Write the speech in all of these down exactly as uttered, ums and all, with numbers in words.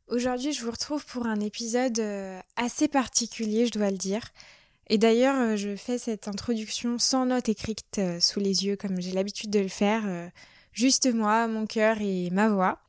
Aujourd'hui, je vous retrouve pour un épisode euh, assez particulier, je dois le dire. Et d'ailleurs, euh, je fais cette introduction sans notes écrites euh, sous les yeux, comme j'ai l'habitude de le faire, euh, juste moi, mon cœur et ma voix.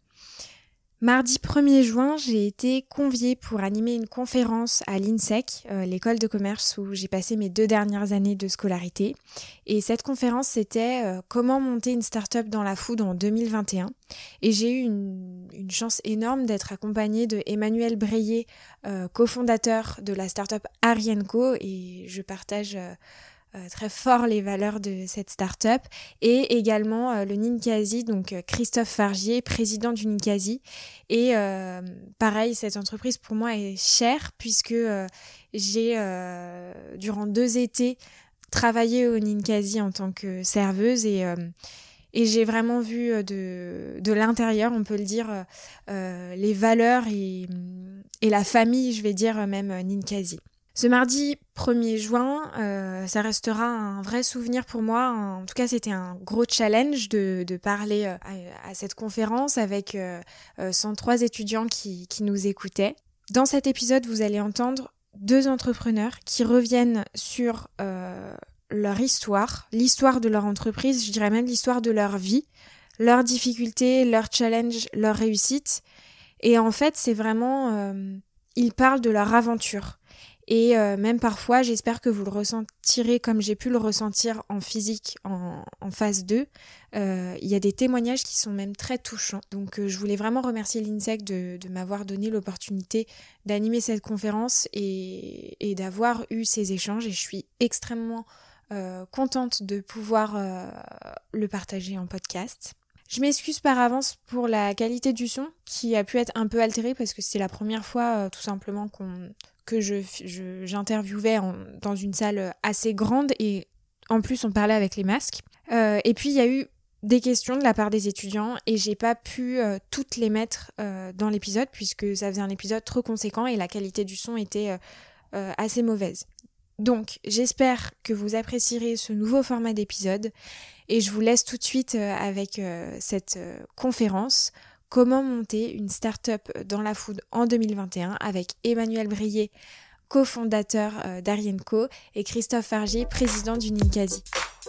Mardi premier juin, j'ai été conviée pour animer une conférence à l'INSEC, euh, l'école de commerce où j'ai passé mes deux dernières années de scolarité. Et cette conférence, c'était euh, comment monter une start-up dans la food en deux mille vingt et un. Et j'ai eu une, une chance énorme d'être accompagnée de Emmanuel Breillet, euh, cofondateur de la start-up Arienco, et je partage euh, Euh, très fort les valeurs de cette start-up, et également euh, le Ninkasi, donc euh, Christophe Fargier, président du Ninkasi. Et euh, pareil, cette entreprise pour moi est chère puisque euh, j'ai euh, durant deux étés travaillé au Ninkasi en tant que serveuse et euh, et j'ai vraiment vu de de l'intérieur, on peut le dire, euh, les valeurs et et la famille, je vais dire même Ninkasi. Ce mardi premier juin, euh, ça restera un vrai souvenir pour moi. En tout cas, c'était un gros challenge de, de parler à, à cette conférence avec euh, cent trois étudiants qui, qui nous écoutaient. Dans cet épisode, vous allez entendre deux entrepreneurs qui reviennent sur euh, leur histoire, l'histoire de leur entreprise, je dirais même l'histoire de leur vie, leurs difficultés, leurs challenges, leurs réussites. Et en fait, c'est vraiment... Euh, ils parlent de leur aventure. Et euh, même parfois, j'espère que vous le ressentirez comme j'ai pu le ressentir en physique, en, en phase deux. Euh, il y a des témoignages qui sont même très touchants. Donc euh, je voulais vraiment remercier l'INSEC de, de m'avoir donné l'opportunité d'animer cette conférence et, et d'avoir eu ces échanges. Et je suis extrêmement euh, contente de pouvoir euh, le partager en podcast. Je m'excuse par avance pour la qualité du son qui a pu être un peu altérée parce que c'est la première fois euh, tout simplement qu'on... que je, je, j'interviewais en, dans une salle assez grande et en plus on parlait avec les masques. Euh, et puis il y a eu des questions de la part des étudiants et j'ai pas pu euh, toutes les mettre euh, dans l'épisode puisque ça faisait un épisode trop conséquent et la qualité du son était euh, euh, assez mauvaise. Donc j'espère que vous apprécierez ce nouveau format d'épisode et je vous laisse tout de suite euh, avec euh, cette euh, conférence. Comment monter une start-up dans la food en deux mille vingt et un avec Emmanuel Breillet, cofondateur euh, d'Arienco, et Christophe Fargier, président du Ninkasi.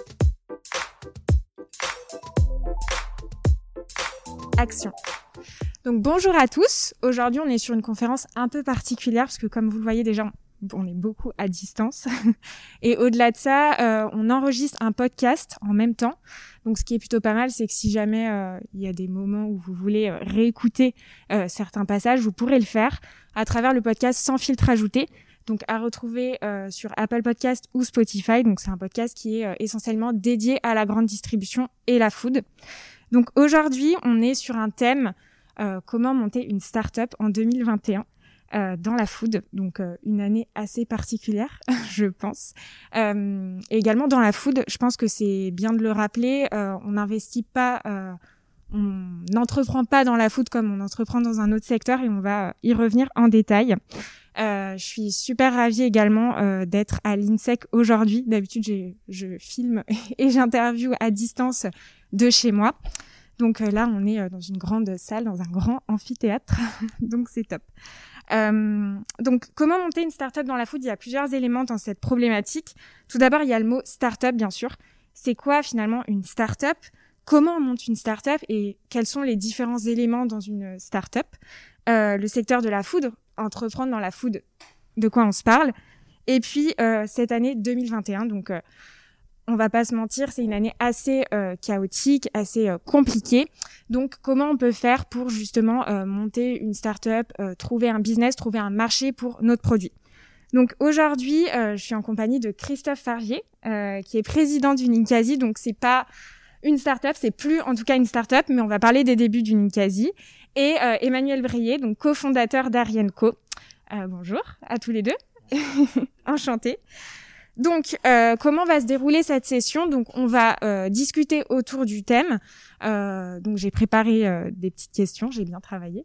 Action. Donc bonjour à tous. Aujourd'hui, on est sur une conférence un peu particulière parce que comme vous le voyez déjà, on est beaucoup à distance. Et au-delà de ça, euh, on enregistre un podcast en même temps. Donc, ce qui est plutôt pas mal, c'est que si jamais euh, il y a des moments où vous voulez euh, réécouter euh, certains passages, vous pourrez le faire à travers le podcast Sans filtre ajouté. Donc, à retrouver euh, sur Apple Podcast ou Spotify. Donc, c'est un podcast qui est euh, essentiellement dédié à la grande distribution et la food. Donc, aujourd'hui, on est sur un thème euh, comment monter une start-up en deux mille vingt et un. Euh, dans la food, donc euh, une année assez particulière, je pense. Euh, et également dans la food, je pense que c'est bien de le rappeler, euh, on n'investit pas, euh, on n'entreprend pas dans la food comme on entreprend dans un autre secteur et on va y revenir en détail. Euh, je suis super ravie également euh, d'être à l'INSEC aujourd'hui. D'habitude, j'ai, je filme et j'interviewe à distance de chez moi. Donc euh, là, on est dans une grande salle, dans un grand amphithéâtre, donc c'est top. Euh, donc, comment monter une start-up dans la food ? Il y a plusieurs éléments dans cette problématique. Tout d'abord, il y a le mot start-up, bien sûr. C'est quoi finalement une start-up ? Comment on monte une start-up et quels sont les différents éléments dans une start-up ? euh, Le secteur de la food, entreprendre dans la food, de quoi on se parle ? Et puis, euh, cette année deux mille vingt et un, donc... Euh, on va pas se mentir, c'est une année assez euh, chaotique, assez euh, compliquée. Donc, comment on peut faire pour justement euh, monter une start-up, euh, trouver un business, trouver un marché pour notre produit ? Donc, aujourd'hui, euh, je suis en compagnie de Christophe Fargier, euh, qui est président du Ninkasi. Donc, c'est pas une start-up, c'est plus en tout cas une start-up, mais on va parler des débuts du Ninkasi. Et euh, Emmanuel Breillet, donc cofondateur d'Arienco. Euh, bonjour à tous les deux. Enchantée. Donc, euh, comment va se dérouler cette session ? Donc, on va euh, discuter autour du thème. Euh, donc, j'ai préparé euh, des petites questions, j'ai bien travaillé.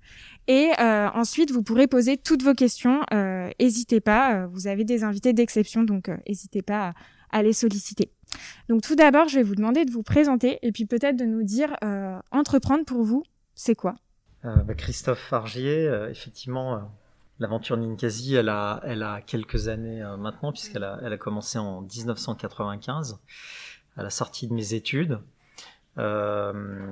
Et euh, ensuite, vous pourrez poser toutes vos questions. Euh, n'hésitez pas, euh, vous avez des invités d'exception, donc euh, n'hésitez pas à, à les solliciter. Donc, tout d'abord, je vais vous demander de vous présenter et puis peut-être de nous dire, euh, entreprendre pour vous, c'est quoi ? Euh, bah, Christophe Fargier, euh, effectivement, euh, l'aventure Ninkasi, elle a, elle a quelques années euh, maintenant, puisqu'elle a, elle a commencé en dix-neuf cent quatre-vingt-quinze, à la sortie de mes études. Euh,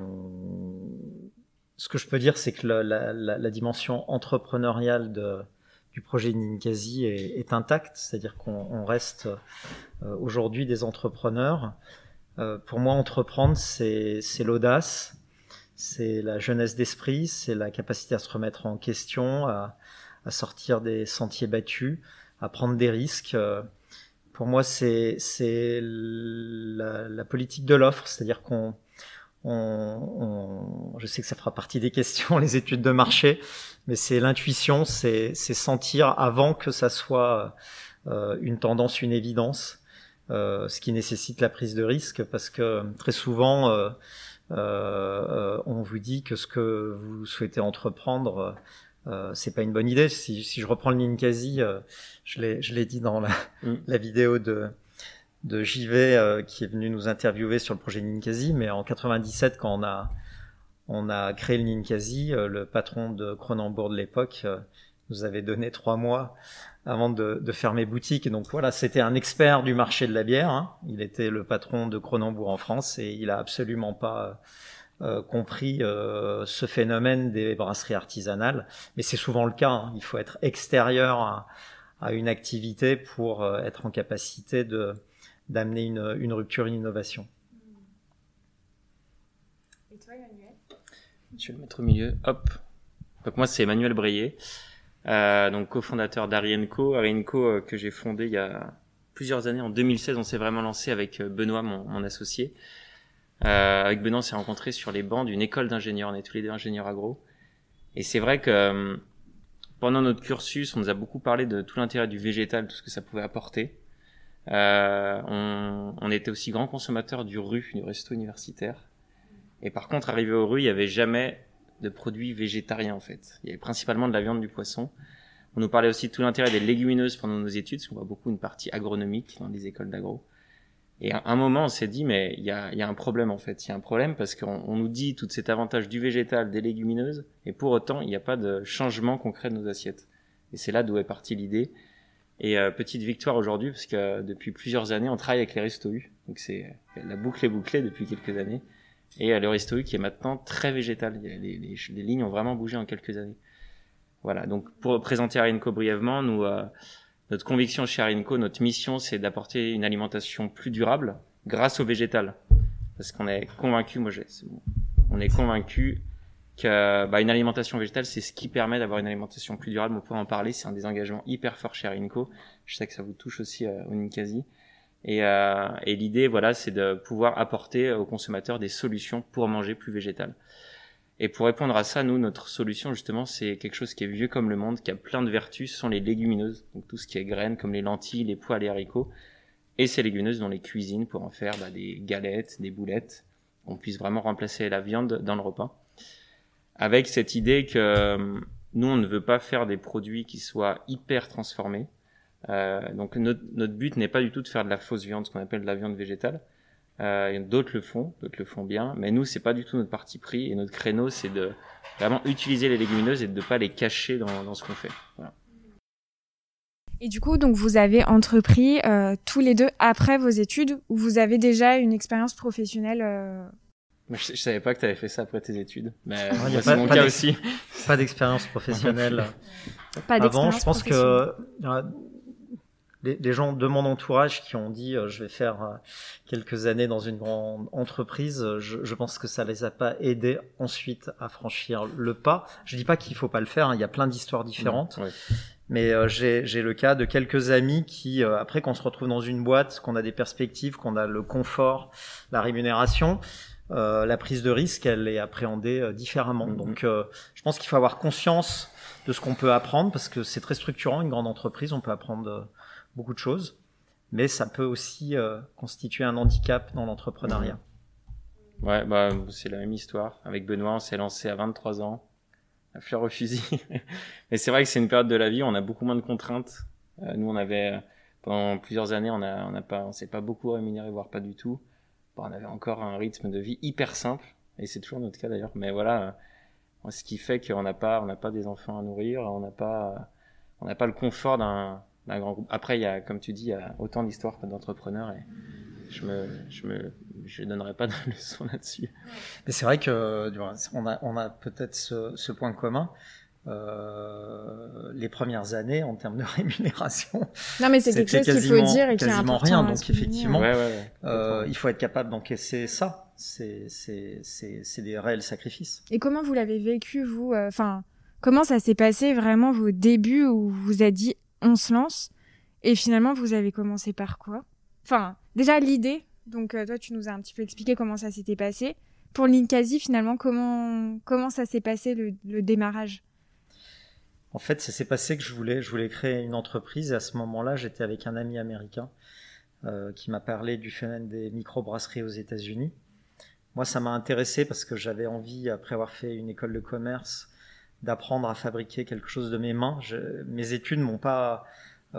ce que je peux dire, c'est que la, la, la, la dimension entrepreneuriale de, du projet Ninkasi est, est intacte, c'est-à-dire qu'on on reste euh, aujourd'hui des entrepreneurs. Euh, pour moi, entreprendre, c'est, c'est l'audace, c'est la jeunesse d'esprit, c'est la capacité à se remettre en question, à, à sortir des sentiers battus, à prendre des risques. Euh, pour moi, c'est, c'est la, la politique de l'offre, c'est-à-dire qu'on On, on, je sais que ça fera partie des questions, les études de marché, mais c'est l'intuition, c'est, c'est sentir avant que ça soit euh, une tendance, une évidence, euh, ce qui nécessite la prise de risque, parce que très souvent, euh, euh, on vous dit que ce que vous souhaitez entreprendre, euh, c'est pas une bonne idée. Si, si je reprends le Ninkasi, euh, je l'ai, je l'ai dit dans la, mm. la vidéo de de J V euh, qui est venu nous interviewer sur le projet Ninkasi, mais en quatre-vingt-dix-sept, quand on a on a créé le Ninkasi, euh, le patron de Cronenbourg de l'époque euh, nous avait donné trois mois avant de, de fermer boutique. Et donc voilà, c'était un expert du marché de la bière. Hein. Il était le patron de Cronenbourg en France et il a absolument pas euh, compris euh, ce phénomène des brasseries artisanales. Mais c'est souvent le cas. Hein. Il faut être extérieur à, à une activité pour euh, être en capacité de d'amener une, une rupture, une innovation. Et toi, Emmanuel ? Je vais le mettre au milieu. Hop. Donc moi, c'est Emmanuel Breillet, euh, donc cofondateur d'Arienco. Arienco euh, que j'ai fondé il y a plusieurs années. En deux mille seize, on s'est vraiment lancé avec Benoît, mon, mon associé. Euh, avec Benoît, on s'est rencontrés sur les bancs d'une école d'ingénieurs. On est tous les deux ingénieurs agro. Et c'est vrai que euh, pendant notre cursus, on nous a beaucoup parlé de tout l'intérêt du végétal, tout ce que ça pouvait apporter. Euh, on, on était aussi grand consommateur du R U, du resto universitaire. Et par contre, arrivé au R U, il n'y avait jamais de produits végétariens en fait. Il y avait principalement de la viande, du poisson. On nous parlait aussi de tout l'intérêt des légumineuses pendant nos études, parce qu'on voit beaucoup une partie agronomique dans les écoles d'agro. Et à un moment, on s'est dit, mais il y a, il y a un problème en fait. Il y a un problème parce qu'on on nous dit tout cet avantage du végétal, des légumineuses, et pour autant, il n'y a pas de changement concret de nos assiettes. Et c'est là d'où est partie l'idée. Et euh, petite victoire aujourd'hui, parce que euh, depuis plusieurs années, on travaille avec les Restos U. Donc c'est la boucle est bouclée depuis quelques années. Et euh, le Resto U qui est maintenant très végétal. Les, les, les lignes ont vraiment bougé en quelques années. Voilà, donc pour présenter Arienco brièvement, nous, euh, notre conviction chez Arienco, notre mission, c'est d'apporter une alimentation plus durable grâce au végétal. Parce qu'on est convaincu, moi j'ai, c'est bon, on est convaincu que bah, une alimentation végétale, c'est ce qui permet d'avoir une alimentation plus durable. On peut en parler, c'est un des engagements hyper forts chez Arienco. Je sais que ça vous touche aussi euh, au Ninkasi. Et, euh, et l'idée, voilà, c'est de pouvoir apporter aux consommateurs des solutions pour manger plus végétal. Et pour répondre à ça, nous, notre solution, justement, c'est quelque chose qui est vieux comme le monde, qui a plein de vertus, ce sont les légumineuses. Donc tout ce qui est graines, comme les lentilles, les pois, les haricots. Et ces légumineuses, on les cuisine pour en faire bah, des galettes, des boulettes. On puisse vraiment remplacer la viande dans le repas. Avec cette idée que euh, nous, on ne veut pas faire des produits qui soient hyper transformés. Euh, donc notre, notre but n'est pas du tout de faire de la fausse viande, ce qu'on appelle de la viande végétale. Euh, d'autres le font, d'autres le font bien, mais nous, c'est pas du tout notre parti pris. Et notre créneau, c'est de vraiment utiliser les légumineuses et de ne pas les cacher dans, dans ce qu'on fait. Voilà. Et du coup, donc vous avez entrepris euh, tous les deux après vos études, ou vous avez déjà une expérience professionnelle euh... Je, je savais pas que tu avais fait ça après tes études, mais non, moi, c'est pas, mon cas aussi. Pas d'expérience professionnelle. Pas Avant, je pense que euh, les, les gens de mon entourage qui ont dit euh, je vais faire euh, quelques années dans une grande entreprise, je, je pense que ça les a pas aidés ensuite à franchir le pas. Je dis pas qu'il faut pas le faire, hein, il y a plein d'histoires différentes. Mmh, ouais. Mais euh, j'ai, j'ai le cas de quelques amis qui, euh, après qu'on se retrouve dans une boîte, qu'on a des perspectives, qu'on a le confort, la rémunération, Euh, la prise de risque, elle est appréhendée euh, différemment. Mmh. Donc, euh, je pense qu'il faut avoir conscience de ce qu'on peut apprendre, parce que c'est très structurant, une grande entreprise, on peut apprendre euh, beaucoup de choses, mais ça peut aussi euh, constituer un handicap dans l'entrepreneuriat. Mmh. Ouais, bah c'est la même histoire. Avec Benoît, on s'est lancé à vingt-trois ans, à fleur au fusil. Mais c'est vrai que c'est une période de la vie où on a beaucoup moins de contraintes. Euh, nous, on avait pendant plusieurs années, on a, on a pas, on s'est pas beaucoup rémunéré, voire pas du tout. Bon, on avait encore un rythme de vie hyper simple, et c'est toujours notre cas d'ailleurs, mais voilà, ce qui fait qu'on n'a pas, on n'a pas des enfants à nourrir, on n'a pas, on n'a pas le confort d'un, d'un grand groupe. Après, il y a, comme tu dis, il y a autant d'histoires que d'entrepreneurs et je me, je me, je donnerai pas de leçon là-dessus. Mais c'est vrai que on a, on a peut-être ce, ce point commun. Euh, les premières années en termes de rémunération. Non, mais c'est quelque chose qu'il faut dire et qui est important. Quasiment rien. Donc effectivement, ouais, ouais, ouais. Euh, il faut être capable d'encaisser ça. C'est, c'est, c'est, c'est des réels sacrifices. Et comment vous l'avez vécu, vous? Enfin, euh, comment ça s'est passé vraiment vos débuts où vous vous êtes dit on se lance et finalement vous avez commencé par quoi? Enfin, déjà l'idée. Donc euh, toi, tu nous as un petit peu expliqué comment ça s'était passé. Pour Ninkasi, finalement, comment comment ça s'est passé le, le démarrage? En fait, ça s'est passé que je voulais, je voulais créer une entreprise et à ce moment-là, j'étais avec un ami américain euh, qui m'a parlé du phénomène des microbrasseries aux États-Unis. Moi, ça m'a intéressé parce que j'avais envie, après avoir fait une école de commerce, d'apprendre à fabriquer quelque chose de mes mains. Je, mes études m'ont pas euh,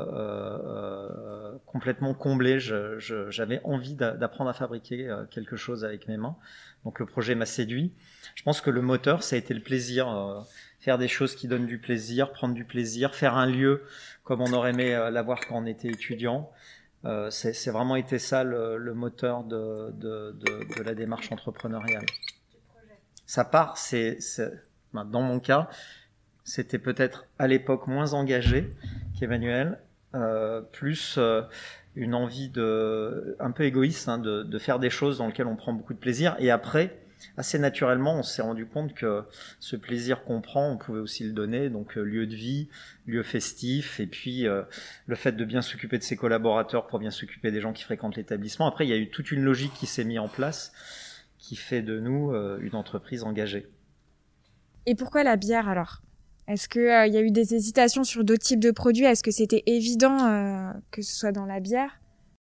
euh, complètement comblé. Je, je, j'avais envie d'apprendre à fabriquer quelque chose avec mes mains. Donc le projet m'a séduit. Je pense que le moteur, ça a été le plaisir. Euh, faire des choses qui donnent du plaisir, prendre du plaisir, faire un lieu comme on aurait aimé l'avoir quand on était étudiant. Euh, c'est, c'est vraiment été ça le, le moteur de, de, de, de la démarche entrepreneuriale. Ça part, c'est, c'est, dans mon cas, c'était peut-être à l'époque moins engagé qu'Emmanuel, euh, plus euh, une envie de, un peu égoïste, hein, de, de faire des choses dans lesquelles on prend beaucoup de plaisir. Et après, assez naturellement, on s'est rendu compte que ce plaisir qu'on prend, on pouvait aussi le donner. Donc, euh, lieu de vie, lieu festif, et puis euh, le fait de bien s'occuper de ses collaborateurs pour bien s'occuper des gens qui fréquentent l'établissement. Après, il y a eu toute une logique qui s'est mise en place, qui fait de nous euh, une entreprise engagée. Et pourquoi la bière alors? Est-ce qu'il euh, y a eu des hésitations sur d'autres types de produits? Est-ce que c'était évident euh, que ce soit dans la bière?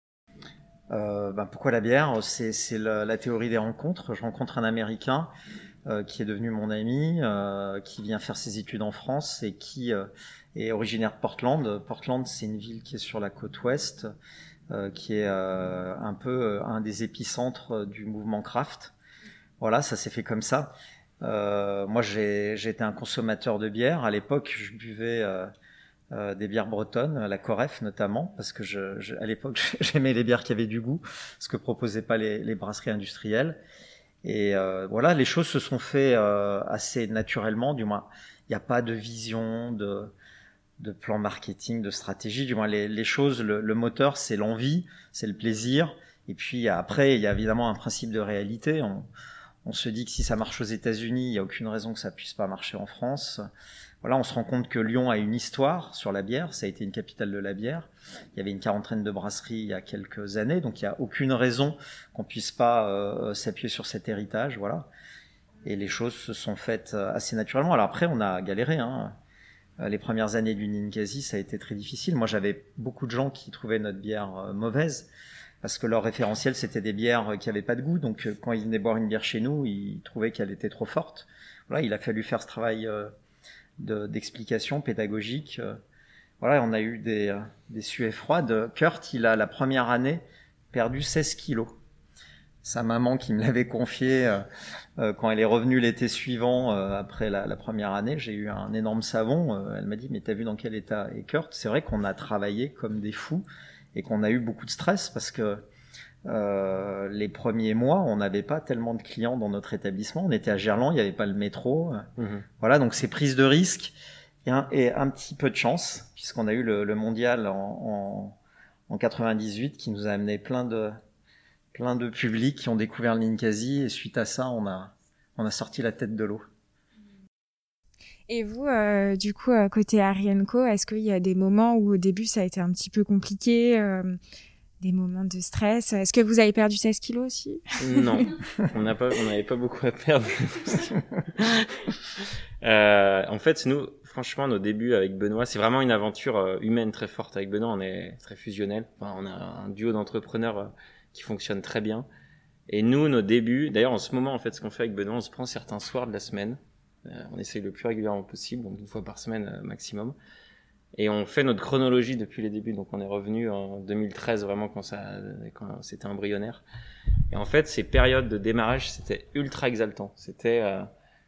Euh, ben pourquoi la bière? C'est, c'est la, la théorie des rencontres. Je rencontre un Américain euh, qui est devenu mon ami, euh, qui vient faire ses études en France et qui euh, est originaire de Portland. Portland, c'est une ville qui est sur la côte ouest, euh, qui est euh, un peu un des épicentres du mouvement craft. Voilà, ça s'est fait comme ça. Euh, moi, j'ai, j'ai été un consommateur de bière. À l'époque, je buvais... Euh, Euh, des bières bretonnes, la Coref notamment, parce que je, je, à l'époque j'aimais les bières qui avaient du goût, ce que proposaient pas les, les brasseries industrielles. Et euh, voilà, les choses se sont faites euh, assez naturellement, du moins il n'y a pas de vision, de, de plan marketing, de stratégie, du moins les, les choses, le, le moteur c'est l'envie, c'est le plaisir, et puis après il y a évidemment un principe de réalité. On, on se dit que si ça marche aux États-Unis, il n'y a aucune raison que ça puisse pas marcher en France. Voilà, on se rend compte que Lyon a une histoire sur la bière, ça a été une capitale de la bière. Il y avait une quarantaine de brasseries il y a quelques années, donc il n'y a aucune raison qu'on puisse pas euh, s'appuyer sur cet héritage, voilà. Et les choses se sont faites assez naturellement. Alors après, on a galéré, hein. Les premières années du Ninkasi, ça a été très difficile. Moi, j'avais beaucoup de gens qui trouvaient notre bière mauvaise, parce que leur référentiel, c'était des bières qui n'avaient pas de goût. Donc, quand ils venaient boire une bière chez nous, ils trouvaient qu'elle était trop forte. Voilà, il a fallu faire ce travail euh, De, d'explication pédagogique. Euh, voilà, on a eu des, euh, des suées froides. Kurt, il a la première année perdu seize kilos. Sa maman qui me l'avait confié euh, euh, quand elle est revenue l'été suivant euh, après la, la première année, j'ai eu un énorme savon. Euh, elle m'a dit mais t'as vu dans quel état est Kurt? C'est vrai qu'on a travaillé comme des fous et qu'on a eu beaucoup de stress parce que Euh, les premiers mois, on n'avait pas tellement de clients dans notre établissement. On était à Gerland, il n'y avait pas le métro. Mmh. Voilà, donc c'est prise de risque et un, et un petit peu de chance, puisqu'on a eu le, le mondial en, en, en quatre-vingt-dix-huit qui nous a amené plein de, plein de publics qui ont découvert le Ninkasi. Et suite à ça, on a, on a sorti la tête de l'eau. Et vous, euh, du coup, côté Arienco, est-ce qu'il y a des moments où au début ça a été un petit peu compliqué euh... Des moments de stress. Est-ce que vous avez perdu seize kilos aussi? Non, on n'a pas, on n'avait pas beaucoup à perdre. euh, en fait, nous, franchement, nos débuts avec Benoît, c'est vraiment une aventure humaine très forte. Avec Benoît, on est très fusionnel. Enfin, on a un duo d'entrepreneurs qui fonctionne très bien. Et nous, nos débuts, d'ailleurs, en ce moment, en fait, ce qu'on fait avec Benoît, on se prend certains soirs de la semaine. Euh, on essaye le plus régulièrement possible, donc une fois par semaine euh, maximum. Et on fait notre chronologie depuis les débuts. Donc on est revenu en deux mille treize, vraiment quand ça, quand c'était embryonnaire. Et en fait, ces périodes de démarrage, c'était ultra exaltant. C'était, euh,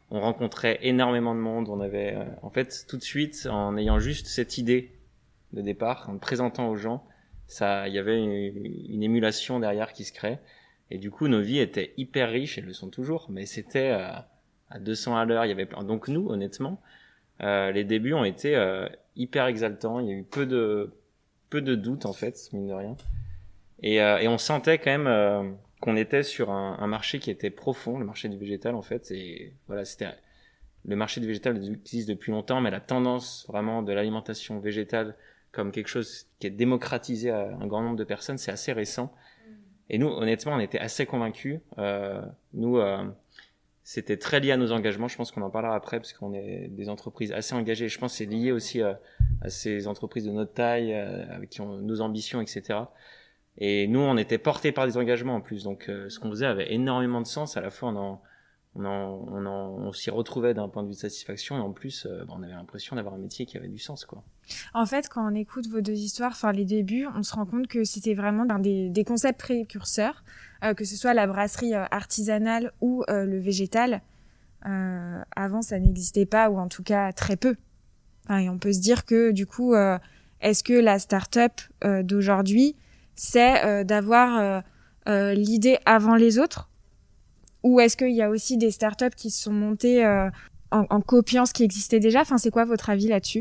on rencontrait énormément de monde. On avait, euh, en fait, tout de suite, en ayant juste cette idée de départ, en le présentant aux gens, ça, il y avait une, une émulation derrière qui se crée. Et du coup, nos vies étaient hyper riches, elles le sont toujours, mais c'était euh, à deux cents à l'heure. Il y avait plein. Donc nous, honnêtement, euh, les débuts ont été euh, hyper exaltants. Il y a eu peu de peu de doutes en fait, mine de rien. Et, euh, et on sentait quand même euh, qu'on était sur un, un marché qui était profond, le marché du végétal en fait. Et voilà, c'était le marché du végétal existe depuis longtemps, mais la tendance vraiment de l'alimentation végétale comme quelque chose qui est démocratisé à un grand nombre de personnes, c'est assez récent. Et nous, honnêtement, on était assez convaincus. Euh, nous, euh, c'était très lié à nos engagements. Je pense qu'on en parlera après parce qu'on est des entreprises assez engagées. Je pense que c'est lié aussi à, à ces entreprises de notre taille, euh, avec qui ont nos ambitions, et cetera. Et nous, on était portés par des engagements en plus. Donc, euh, ce qu'on faisait avait énormément de sens. À la fois, on en, on en, on en, on s'y retrouvait d'un point de vue de satisfaction. Et en plus, euh, on avait l'impression d'avoir un métier qui avait du sens, quoi. En fait, quand on écoute vos deux histoires, enfin les débuts, on se rend compte que c'était vraiment un des, des concepts précurseurs, euh, que ce soit la brasserie euh, artisanale ou euh, le végétal. Euh, avant, ça n'existait pas, ou en tout cas très peu. Enfin, et on peut se dire que du coup, euh, est-ce que la start-up euh, d'aujourd'hui, c'est euh, d'avoir euh, euh, l'idée avant les autres, ou est-ce qu'il y a aussi des start-up qui se sont montées euh, en, en copiant ce qui existait déjà? Enfin, c'est quoi votre avis là-dessus?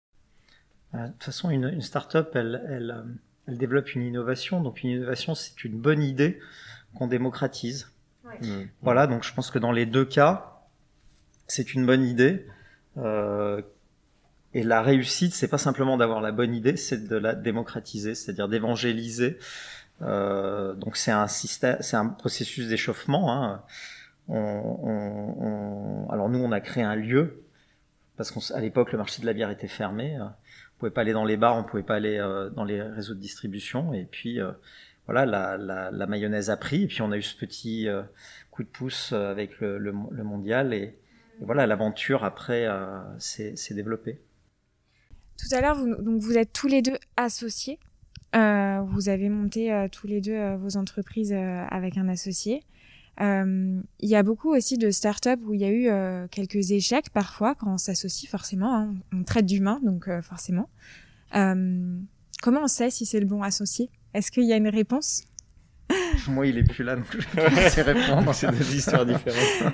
De toute façon, une, une start-up, elle, elle, elle développe une innovation. Donc, une innovation, c'est une bonne idée qu'on démocratise. Ouais. Mmh. Voilà, donc je pense que dans les deux cas, c'est une bonne idée. Euh, et la réussite, c'est pas simplement d'avoir la bonne idée, c'est de la démocratiser, c'est-à-dire d'évangéliser. Euh, donc, c'est un système, c'est un processus d'échauffement. Hein. On, on, on, alors nous, on a créé un lieu parce qu'à l'époque, le marché de la bière était fermé. On pouvait pas aller dans les bars, on pouvait pas aller euh, dans les réseaux de distribution. Et puis euh, voilà, la, la, la mayonnaise a pris. Et puis on a eu ce petit euh, coup de pouce avec le, le, le mondial. Et, et voilà, l'aventure après euh, s'est, s'est développée. Tout à l'heure, vous, donc vous êtes tous les deux associés. Euh, vous avez monté euh, tous les deux euh, vos entreprises euh, avec un associé. Euh, il y a beaucoup aussi de startups où il y a eu euh, quelques échecs parfois quand on s'associe, forcément. Hein, on traite d'humain, donc euh, forcément. Euh, comment on sait si c'est le bon associé? Est-ce qu'il y a une réponse? Moi, il est plus là, donc je vais essayer de répondre. C'est deux histoires différentes.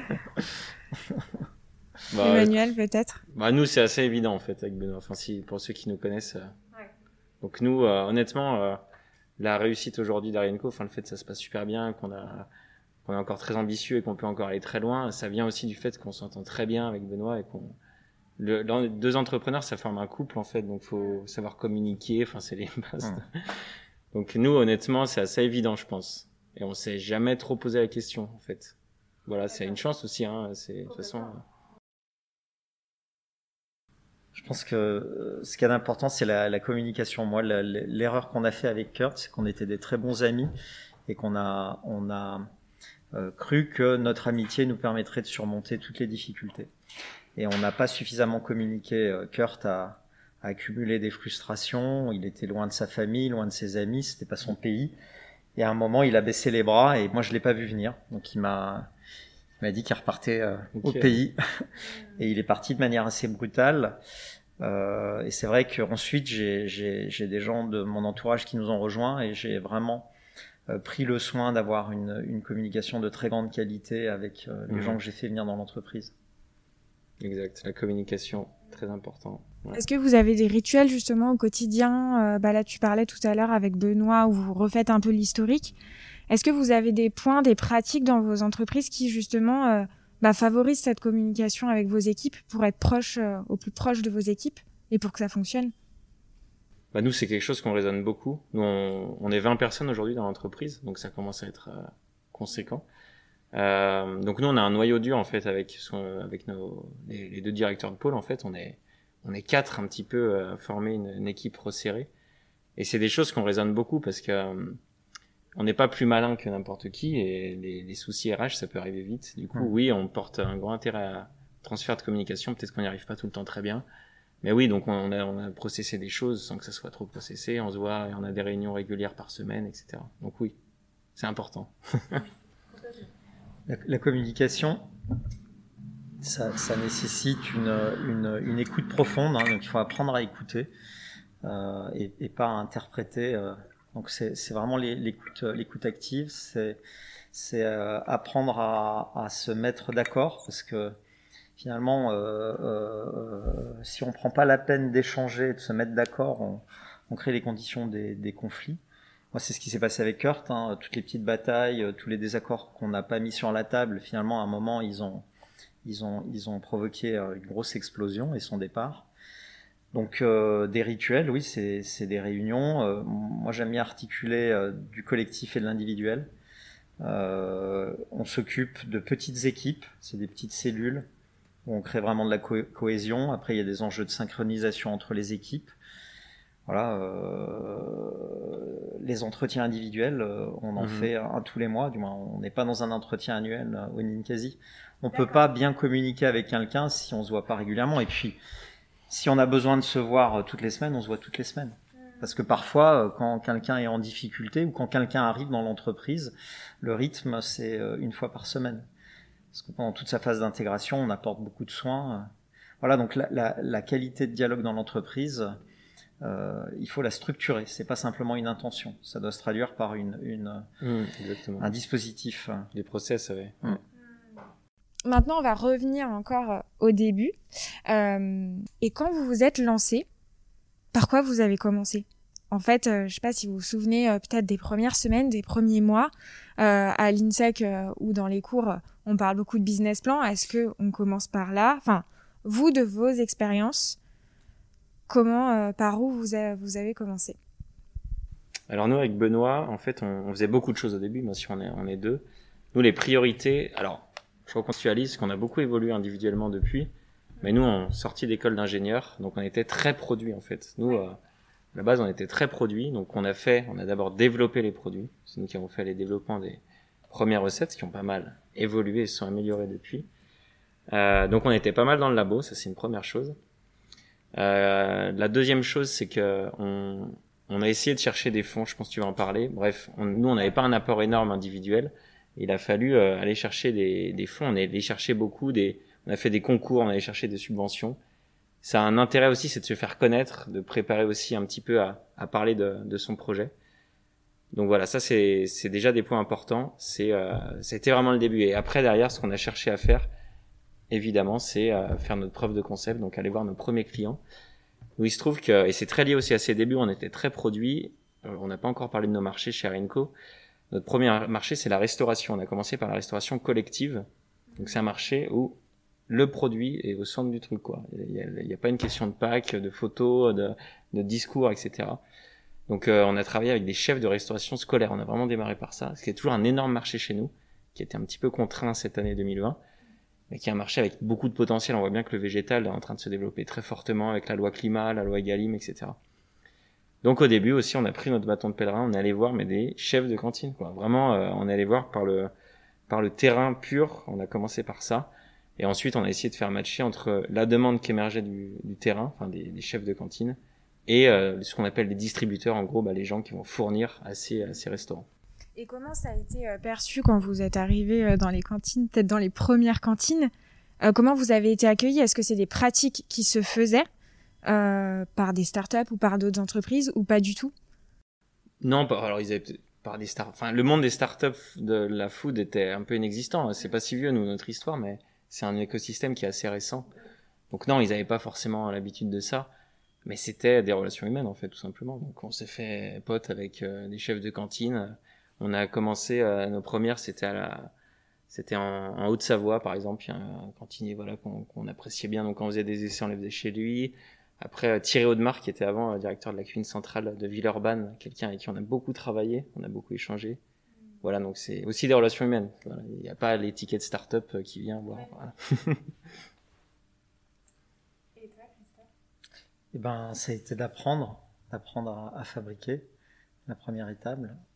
bah, Emmanuel, peut-être. Bah nous, c'est assez évident en fait avec Benoît. Enfin, si pour ceux qui nous connaissent. Euh... Ouais. Donc nous, euh, honnêtement, euh, la réussite aujourd'hui d'Arienco, enfin le fait que ça se passe super bien, qu'on a qu'on est encore très ambitieux et qu'on peut encore aller très loin, ça vient aussi du fait qu'on s'entend très bien avec Benoît et qu'on le, le deux entrepreneurs, ça forme un couple en fait, donc faut savoir communiquer, enfin c'est les bases. Mmh. Donc nous, honnêtement, c'est assez évident, je pense, et on s'est jamais trop posé la question en fait. Voilà, c'est une chance aussi, hein. C'est de toute façon. Je pense que ce qui est important, c'est la, la communication. Moi, la, l'erreur qu'on a fait avec Kurt, c'est qu'on était des très bons amis et qu'on a on a Euh, cru que notre amitié nous permettrait de surmonter toutes les difficultés. Et on n'a pas suffisamment communiqué. Euh, Kurt a, a accumulé des frustrations, il était loin de sa famille, loin de ses amis, c'était pas son pays. Et à un moment, il a baissé les bras et moi, je l'ai pas vu venir. Donc, il m'a, il m'a dit qu'il repartait euh, okay. au pays. Et il est parti de manière assez brutale. Euh, et c'est vrai qu'ensuite, j'ai, j'ai, j'ai des gens de mon entourage qui nous ont rejoints et j'ai vraiment Euh, pris le soin d'avoir une, une communication de très grande qualité avec euh, les mmh. gens que j'ai fait venir dans l'entreprise. Exact, la communication, très important. Ouais. Est-ce que vous avez des rituels justement au quotidien? euh, bah Là, tu parlais tout à l'heure avec Benoît où vous refaites un peu l'historique. Est-ce que vous avez des points, des pratiques dans vos entreprises qui justement euh, bah, favorisent cette communication avec vos équipes pour être proche, euh, au plus proche de vos équipes et pour que ça fonctionne? Bah nous, c'est quelque chose qu'on raisonne beaucoup. Nous, on, on est vingt personnes aujourd'hui dans l'entreprise, donc ça commence à être euh, conséquent. Euh, donc nous, on a un noyau dur en fait avec avec nos les, les deux directeurs de pôle. En fait, on est on est quatre un petit peu à former une, une équipe resserrée. Et c'est des choses qu'on raisonne beaucoup parce que euh, on n'est pas plus malin que n'importe qui et les, les soucis R H, ça peut arriver vite. Du coup, mmh. oui, on porte un grand intérêt à transfert de communication. Peut-être qu'on n'y arrive pas tout le temps très bien. Mais oui, donc on a, on a processé des choses sans que ça soit trop processé. On se voit et on a des réunions régulières par semaine, et cetera. Donc oui, c'est important. la, la communication, ça, ça nécessite une, une, une écoute profonde, hein, donc il faut apprendre à écouter euh, et, et pas à interpréter. Euh, donc c'est, c'est vraiment l'écoute, l'écoute active, c'est, c'est euh, apprendre à, à se mettre d'accord, parce que finalement, euh, euh, si on prend pas la peine d'échanger, de se mettre d'accord, on, on crée les conditions des, des conflits. Moi, c'est ce qui s'est passé avec Kurt, hein, toutes les petites batailles, tous les désaccords qu'on n'a pas mis sur la table, finalement, à un moment, ils ont Ils ont, ils ont provoqué une grosse explosion et son départ. Donc euh, des rituels, oui, c'est, c'est des réunions. Euh, moi, j'aime bien articuler euh, du collectif et de l'individuel. Euh, on s'occupe de petites équipes, c'est des petites cellules où on crée vraiment de la co- cohésion. Après, il y a des enjeux de synchronisation entre les équipes. Voilà, euh, les entretiens individuels, euh, on en mmh. fait un, un tous les mois. Du moins, on n'est pas dans un entretien annuel euh, au Ninkasi. On D'accord. peut pas bien communiquer avec quelqu'un si on se voit pas régulièrement. Et puis, si on a besoin de se voir toutes les semaines, on se voit toutes les semaines. Parce que parfois, quand quelqu'un est en difficulté ou quand quelqu'un arrive dans l'entreprise, le rythme, c'est une fois par semaine. Parce que pendant toute sa phase d'intégration, on apporte beaucoup de soins. Voilà, donc la, la, la qualité de dialogue dans l'entreprise, euh, il faut la structurer. C'est pas simplement une intention. Ça doit se traduire par une, une, mmh, exactement. un dispositif. Des process, oui. Mmh. Maintenant, on va revenir encore au début. Euh, et quand vous vous êtes lancé, par quoi vous avez commencé ? En fait, euh, je sais pas si vous vous souvenez euh, peut-être des premières semaines, des premiers mois euh, à l'INSEC euh, ou dans les cours, on parle beaucoup de business plan. Est-ce que on commence par là ? Enfin, vous, de vos expériences, comment, euh, par où vous, a, vous avez commencé ? Alors nous, avec Benoît, en fait, on, on faisait beaucoup de choses au début. Moi, si on est, on est deux. Nous, les priorités... Alors, je recontextualise qu'on a beaucoup évolué individuellement depuis. Mais nous, on sortit d'école d'ingénieur, donc on était très produits, en fait. Nous, euh, à la base, on était très produits. Donc on a fait, on a d'abord développé les produits. C'est nous qui avons fait les développements des premières recettes, qui ont pas mal évolué et se sont améliorées depuis. Euh, donc on était pas mal dans le labo, ça c'est une première chose. Euh, la deuxième chose, c'est que on, on a essayé de chercher des fonds, je pense que tu vas en parler. Bref, on, nous, on n'avait pas un apport énorme individuel. Il a fallu euh, aller chercher des, des fonds. On est allé chercher beaucoup, des, on a fait des concours, on est allé chercher des subventions. Ça a un intérêt aussi, c'est de se faire connaître, de préparer aussi un petit peu à, à parler de, de son projet. Donc voilà, ça c'est, c'est déjà des points importants. C'est, euh, c'était vraiment le début. Et après, derrière, ce qu'on a cherché à faire, évidemment, c'est euh, faire notre preuve de concept, donc aller voir nos premiers clients. Où il se trouve que, et c'est très lié aussi à ces débuts, on était très produits. Euh, on n'a pas encore parlé de nos marchés chez Arinco. Notre premier marché, c'est la restauration. On a commencé par la restauration collective. Donc c'est un marché où le produit est au centre du truc, quoi. Il y a, il y a pas une question de pack, de photos, de, de discours, et cetera. Donc euh, on a travaillé avec des chefs de restauration scolaire. On a vraiment démarré par ça, ce qui est toujours un énorme marché chez nous, qui était un petit peu contraint cette année deux mille vingt, mais qui est un marché avec beaucoup de potentiel. On voit bien que le végétal est en train de se développer très fortement avec la loi climat, la loi Egalim, et cetera. Donc au début aussi, on a pris notre bâton de pèlerin, on est allé voir mais des chefs de cantine, quoi. Vraiment, euh, on est allé voir par le par le terrain pur. On a commencé par ça, et ensuite on a essayé de faire matcher entre la demande qui émergeait du, du terrain, enfin des, des chefs de cantine, et euh, ce qu'on appelle les distributeurs, en gros, bah, les gens qui vont fournir à ces à ces restaurants. Et comment ça a été euh, perçu quand vous êtes arrivé euh, dans les cantines, peut-être dans les premières cantines ? euh, Comment vous avez été accueillis ? Est-ce que c'est des pratiques qui se faisaient Euh, par des startups ou par d'autres entreprises, ou pas du tout ? Non, pas, alors ils avaient par des start, enfin le monde des startups de la food était un peu inexistant. C'est pas si vieux, nous, notre histoire, mais c'est un écosystème qui est assez récent. Donc non, ils avaient pas forcément l'habitude de ça, mais c'était des relations humaines en fait, tout simplement. Donc on s'est fait potes avec euh, des chefs de cantine. On a commencé euh, nos premières, c'était à la C'était en, en Haute-Savoie, par exemple. Il y a un cantinier, voilà, qu'on, qu'on appréciait bien. Donc, quand on faisait des essais, on les faisait chez lui. Après, Thierry Audemars, qui était avant euh, directeur de la cuisine centrale de Villeurbanne, quelqu'un avec qui on a beaucoup travaillé, on a beaucoup échangé. Voilà, donc c'est aussi des relations humaines. Voilà. Il n'y a pas l'étiquette start-up qui vient voir. Voilà. Et toi, Christophe ? Eh ben, ça a été d'apprendre, d'apprendre à, à fabriquer, la première étape.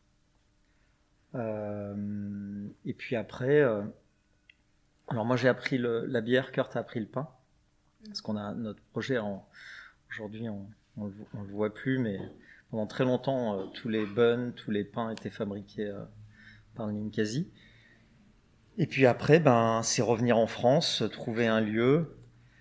Euh, et puis après, euh, alors moi j'ai appris le, la bière, Kurt a appris le pain, parce qu'on a notre projet, en, aujourd'hui on on le, on le voit plus, mais pendant très longtemps, euh, tous les buns, tous les pains étaient fabriqués euh, par Ninkasi. Et puis après, ben, c'est revenir en France, trouver un lieu,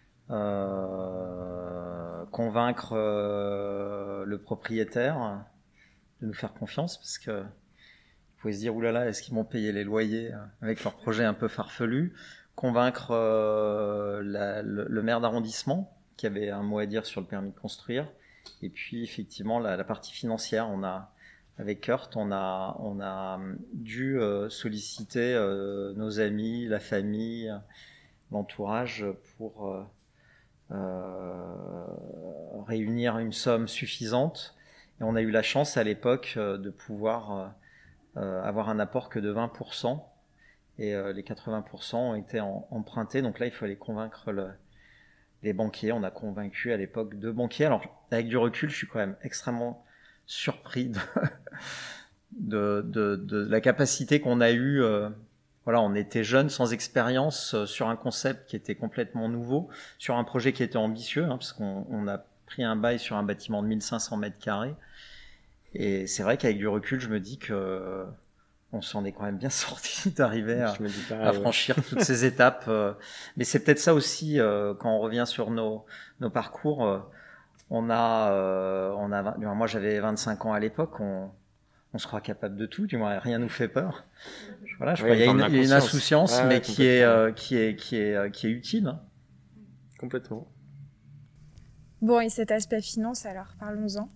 euh, convaincre euh, le propriétaire de nous faire confiance, parce que vous pouvez se dire, oulala, est-ce qu'ils m'ont payé les loyers avec leur projet un peu farfelu? Convaincre euh, la, le, le maire d'arrondissement, qui avait un mot à dire sur le permis de construire. Et puis, effectivement, la, la partie financière, on a, avec Kurt, on a, on a dû euh, solliciter euh, nos amis, la famille, l'entourage pour euh, euh, réunir une somme suffisante. Et on a eu la chance à l'époque euh, de pouvoir euh, avoir un apport que de vingt pour cent. Et euh, les quatre-vingts pour cent ont été en, empruntés. Donc là, il fallait convaincre le, les banquiers. On a convaincu à l'époque deux banquiers. Alors, avec du recul, je suis quand même extrêmement surpris de, de, de, de la capacité qu'on a eue. Euh, voilà, on était jeunes, sans expérience, euh, sur un concept qui était complètement nouveau, sur un projet qui était ambitieux, hein, parce qu'on on a pris un bail sur un bâtiment de mille cinq cents mètres carrés. Et c'est vrai qu'avec du recul, je me dis que euh, on s'en est quand même bien sorti d'arriver à, pareil, à franchir ouais. toutes ces étapes. Euh, mais c'est peut-être ça aussi, euh, quand on revient sur nos, nos parcours. Euh, on a, euh, on a, moi j'avais vingt-cinq ans à l'époque. On, on se croit capable de tout, du moins rien nous fait peur. Voilà, je oui, crois qu'il y a une, une insouciance, ouais, mais qui est, euh, qui est, qui est, euh, qui est utile. Hein. Complètement. Bon, et cet aspect finance, alors parlons-en.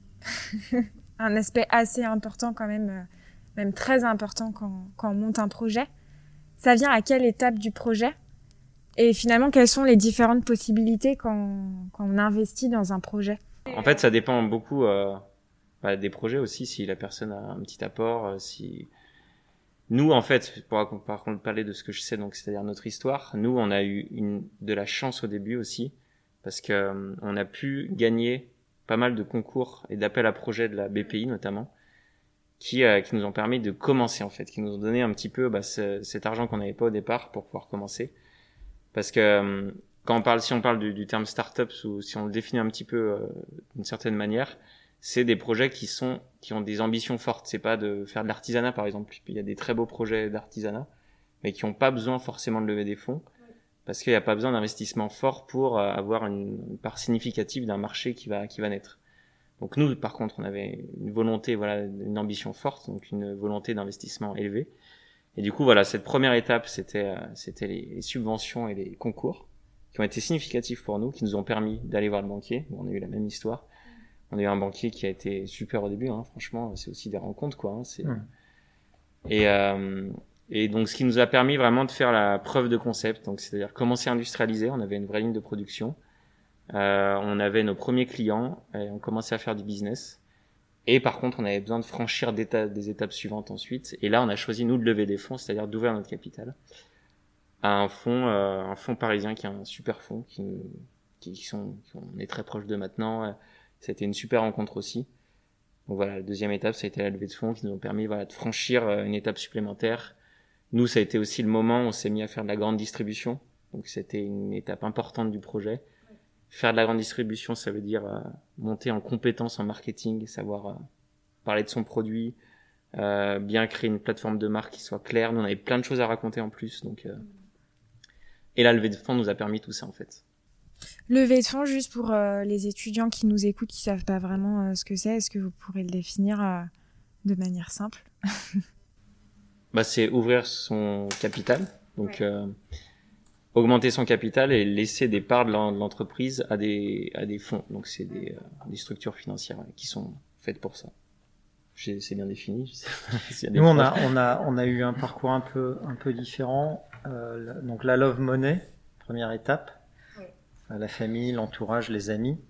Un aspect assez important quand même. Euh... même très important quand, quand on monte un projet. Ça vient à quelle étape du projet? Et finalement, quelles sont les différentes possibilités quand, quand on investit dans un projet? En fait, ça dépend beaucoup euh, bah, des projets aussi, si la personne a un petit apport. Euh, si Nous, en fait, pour par contre parler de ce que je sais, donc c'est-à-dire notre histoire, nous, on a eu une, de la chance au début aussi, parce que euh, on a pu gagner pas mal de concours et d'appels à projets de la B P I notamment, qui euh, qui nous ont permis de commencer en fait, qui nous ont donné un petit peu bah, ce, cet argent qu'on n'avait pas au départ pour pouvoir commencer. Parce que euh, quand on parle, si on parle du, du terme start-up, ou si on le définit un petit peu euh, d'une certaine manière, c'est des projets qui sont qui ont des ambitions fortes. C'est pas de faire de l'artisanat par exemple. Il y a des très beaux projets d'artisanat, mais qui n'ont pas besoin forcément de lever des fonds, parce qu'il n'y a pas besoin d'investissement fort pour euh, avoir une, une part significative d'un marché qui va qui va naître. Donc nous, par contre, on avait une volonté, voilà, une ambition forte, donc une volonté d'investissement élevée. Et du coup, voilà, cette première étape, c'était, euh, c'était les, les subventions et les concours qui ont été significatifs pour nous, qui nous ont permis d'aller voir le banquier. Bon, on a eu la même histoire. On a eu un banquier qui a été super au début, hein, franchement, c'est aussi des rencontres, quoi. Hein, c'est... Mmh. Et, euh, et donc, ce qui nous a permis vraiment de faire la preuve de concept, donc c'est-à-dire commencer à industrialiser. On avait une vraie ligne de production. Euh, on avait nos premiers clients et on commençait à faire du business. Et par contre, on avait besoin de franchir des, ta- des étapes suivantes ensuite. Et là, on a choisi, nous, de lever des fonds, c'est-à-dire d'ouvrir notre capital à un fonds, euh, un fonds parisien qui est un super fonds, qui, qui, qui sont, qui on est très proche de maintenant. C'était une super rencontre aussi. Donc voilà, la deuxième étape, ça a été la levée de fonds qui nous ont permis, voilà, de franchir une étape supplémentaire. Nous, ça a été aussi le moment où on s'est mis à faire de la grande distribution. Donc c'était une étape importante du projet. Faire de la grande distribution, ça veut dire euh, monter en compétences en marketing, savoir euh, parler de son produit, euh, bien créer une plateforme de marque qui soit claire. Nous, on avait plein de choses à raconter en plus. Donc, euh... Et la levée de fonds nous a permis tout ça, en fait. Levée de fonds, juste pour euh, les étudiants qui nous écoutent, qui savent pas vraiment euh, ce que c'est, est-ce que vous pourrez le définir euh, de manière simple? Bah, c'est ouvrir son capital. Donc... Ouais. Euh, augmenter son capital et laisser des parts de l'entreprise à des à des fonds. Donc c'est des euh, des structures financières qui sont faites pour ça. J'ai, c'est bien défini. Nous preuves. on a on a on a eu un parcours un peu un peu différent. Euh, donc la Love Money, première étape. Oui. La famille, l'entourage, les amis.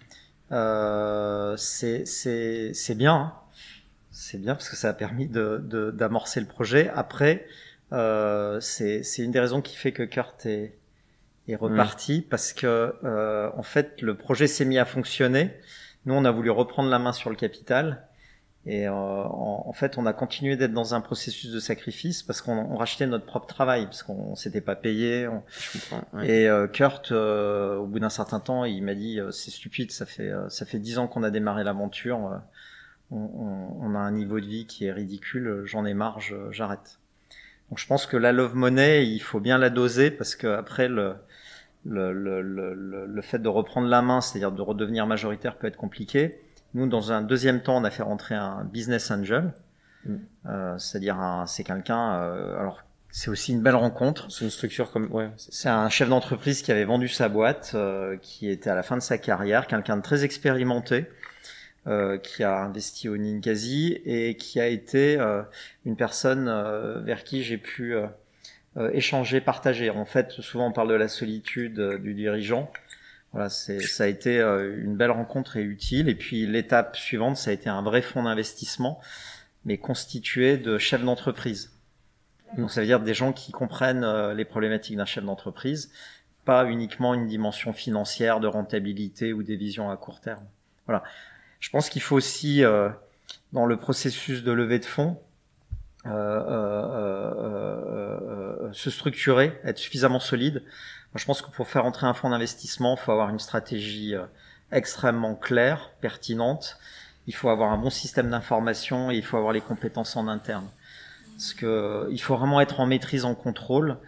Euh, c'est c'est c'est bien. Hein. C'est bien parce que ça a permis de, de d'amorcer le projet. Après. Euh, c'est, c'est une des raisons qui fait que Kurt est, est reparti, mmh. parce que euh, en fait le projet s'est mis à fonctionner. Nous, on a voulu reprendre la main sur le capital et euh, en, en fait, on a continué d'être dans un processus de sacrifice parce qu'on on rachetait notre propre travail parce qu'on s'était pas payé. On... Je comprends. Ouais. Et euh, Kurt, euh, au bout d'un certain temps, il m'a dit euh, c'est stupide, ça fait euh, ça fait dix ans qu'on a démarré l'aventure, euh, on, on, on a un niveau de vie qui est ridicule, j'en ai marre, je, j'arrête. Donc je pense que la love money, il faut bien la doser parce que après le le le le le fait de reprendre la main, c'est-à-dire de redevenir majoritaire, peut être compliqué. Nous, dans un deuxième temps, on a fait rentrer un business angel, mmh. euh, c'est-à-dire un, c'est quelqu'un. Euh, alors c'est aussi une belle rencontre. C'est une structure comme ouais. C'est un chef d'entreprise qui avait vendu sa boîte, euh, qui était à la fin de sa carrière, quelqu'un de très expérimenté. Euh, qui a investi au Ninkasi et qui a été euh, une personne euh, vers qui j'ai pu euh, euh, échanger, partager. En fait, souvent on parle de la solitude euh, du dirigeant. Voilà, c'est, ça a été euh, une belle rencontre et utile. Et puis l'étape suivante, ça a été un vrai fonds d'investissement, mais constitué de chefs d'entreprise. Donc ça veut dire des gens qui comprennent euh, les problématiques d'un chef d'entreprise, pas uniquement une dimension financière de rentabilité ou des visions à court terme. Voilà. Je pense qu'il faut aussi, euh, dans le processus de levée de fonds, euh, euh, euh, euh, se structurer, être suffisamment solide. Moi, je pense que pour faire entrer un fonds d'investissement, il faut avoir une stratégie euh, extrêmement claire, pertinente. Il faut avoir un bon système d'information et il faut avoir les compétences en interne. Parce que euh, il faut vraiment être en maîtrise, en contrôle.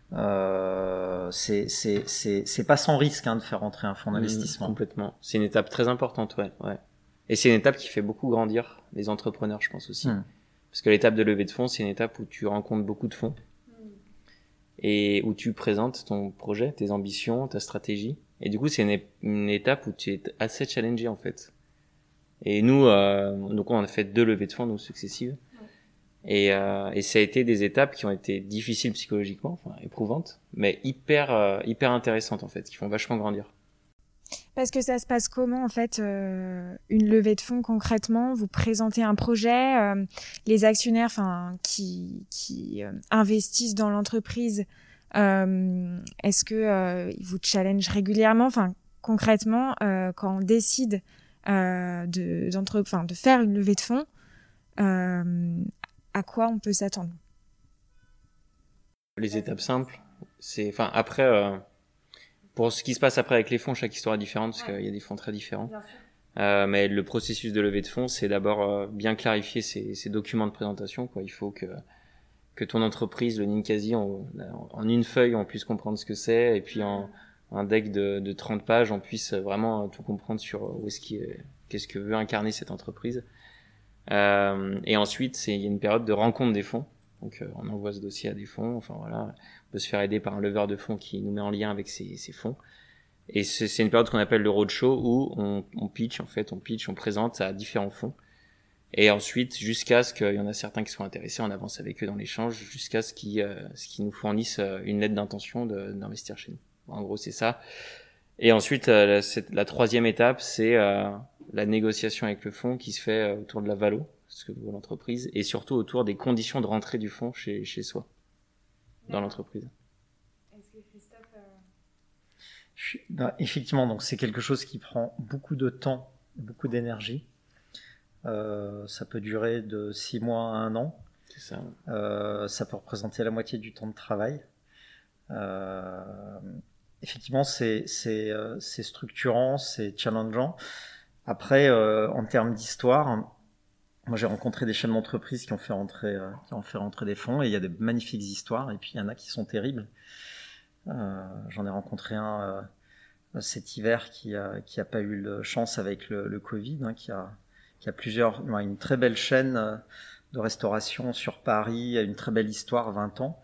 Euh, c'est c'est c'est c'est pas sans risque hein, de faire entrer un fonds d'investissement. Mmh, complètement. C'est une étape très importante, ouais, ouais. Et c'est une étape qui fait beaucoup grandir les entrepreneurs, je pense aussi. Mmh. Parce que l'étape de levée de fonds, c'est une étape où tu rencontres beaucoup de fonds mmh. et où tu présentes ton projet, tes ambitions, ta stratégie. Et du coup, c'est une, une étape où tu es assez challengé en fait. Et nous, euh, donc on a fait deux levées de fonds, nous successives. Ouais. Et, euh, et ça a été des étapes qui ont été difficiles psychologiquement, enfin éprouvantes, mais hyper euh, hyper intéressantes en fait, qui font vachement grandir. Parce que ça se passe comment en fait euh, une levée de fonds concrètement? Vous présentez un projet, euh, les actionnaires, enfin qui qui euh, investissent dans l'entreprise, euh, est-ce que euh, ils vous challenge régulièrement? Enfin concrètement, euh, quand on décide euh, de d'entre, enfin de faire une levée de fonds, euh, à quoi on peut s'attendre? Les étapes simples, c'est, enfin après. Euh... Pour ce qui se passe après avec les fonds, chaque histoire est différente parce ouais. qu'il y a des fonds très différents. Euh, mais le processus de levée de fonds, c'est d'abord euh, bien clarifier ces, ces documents de présentation, quoi. Il faut que que ton entreprise, le Ninkasi, en, en une feuille, on puisse comprendre ce que c'est, et puis en un deck de, de trente pages, on puisse vraiment tout comprendre sur où est-ce qui est, qu'est-ce que veut incarner cette entreprise. Euh, et ensuite, c'est il y a une période de rencontre des fonds. Donc, euh, on envoie ce dossier à des fonds. Enfin voilà. On peut se faire aider par un leveur de fonds qui nous met en lien avec ces, ces fonds. Et c'est, c'est une période qu'on appelle le roadshow où on, on pitch, en fait, on pitch, on présente à différents fonds. Et ensuite, jusqu'à ce qu'il y en a certains qui soient intéressés, on avance avec eux dans l'échange, jusqu'à ce qu'ils, euh, ce qu'ils nous fournissent une lettre d'intention de, d'investir chez nous. En gros, c'est ça. Et ensuite, euh, la, c'est, la troisième étape, c'est euh, la négociation avec le fonds qui se fait autour de la valo, ce que vaut l'entreprise, et surtout autour des conditions de rentrée du fonds chez, chez soi. Dans l'entreprise. Est-ce que Christophe... Euh... Je suis... non, effectivement, donc c'est quelque chose qui prend beaucoup de temps, beaucoup d'énergie. Euh, ça peut durer de six mois à un an. C'est ça. Euh, ça peut représenter la moitié du temps de travail. Euh, effectivement, c'est, c'est, euh, c'est structurant, c'est challengeant. Après, euh, en termes d'histoire... Moi, j'ai rencontré des chefs d'entreprise qui ont fait rentrer, euh, qui ont fait rentrer des fonds, et il y a des magnifiques histoires, et puis il y en a qui sont terribles. Euh, j'en ai rencontré un euh, cet hiver qui a, qui a pas eu de chance avec le, le Covid, hein, qui a, qui a plusieurs, ouais, une très belle chaîne euh, de restauration sur Paris, une très belle histoire, vingt ans.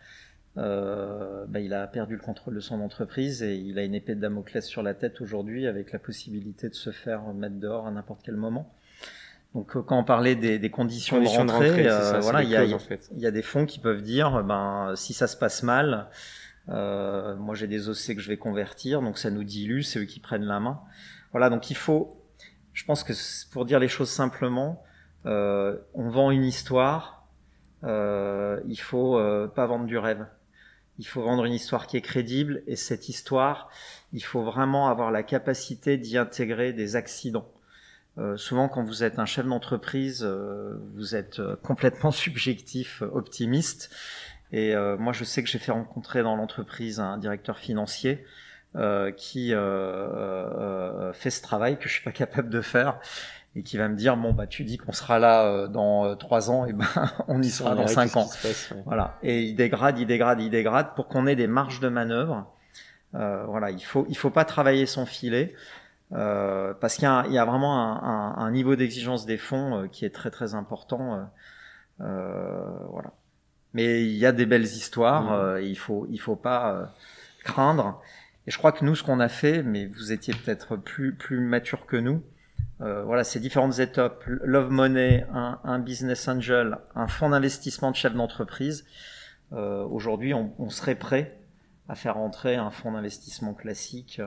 Euh, bah, il a perdu le contrôle de son entreprise et il a une épée de Damoclès sur la tête aujourd'hui, avec la possibilité de se faire mettre dehors à n'importe quel moment. Donc, quand on parlait des, des conditions, conditions de rentrée, de rentrée euh, ça, voilà, il y, en fait. y a des fonds qui peuvent dire, ben, si ça se passe mal, euh, moi j'ai des O C que je vais convertir, donc ça nous dilue, c'est eux qui prennent la main. Voilà, donc il faut, je pense que pour dire les choses simplement, euh, on vend une histoire, euh, il faut euh, pas vendre du rêve. Il faut vendre une histoire qui est crédible, et cette histoire, il faut vraiment avoir la capacité d'y intégrer des accidents. Euh, souvent, quand vous êtes un chef d'entreprise, euh, vous êtes euh, complètement subjectif, euh, optimiste. Et euh, moi, je sais que j'ai fait rencontrer dans l'entreprise un directeur financier euh, qui euh, euh, fait ce travail que je suis pas capable de faire. et qui va me dire bon bah tu dis qu'on sera là euh, dans euh, trois ans et ben on y sera dans cinq ans. Passe, ouais. Voilà. Et il dégrade, il dégrade, il dégrade pour qu'on ait des marges de manœuvre. Euh, voilà, il faut il faut pas travailler son filet euh, parce qu'il y a, il y a vraiment un, un, un niveau d'exigence des fonds euh, qui est très très important. Euh, euh, voilà. Mais il y a des belles histoires. Mmh. Euh, il faut il faut pas euh, craindre. Et je crois que nous, ce qu'on a fait, mais vous étiez peut-être plus plus mature que nous. Euh, voilà, ces différentes étapes, Love Money, un, un business angel, un fonds d'investissement de chef d'entreprise. Euh, aujourd'hui, on, on serait prêt à faire entrer un fonds d'investissement classique,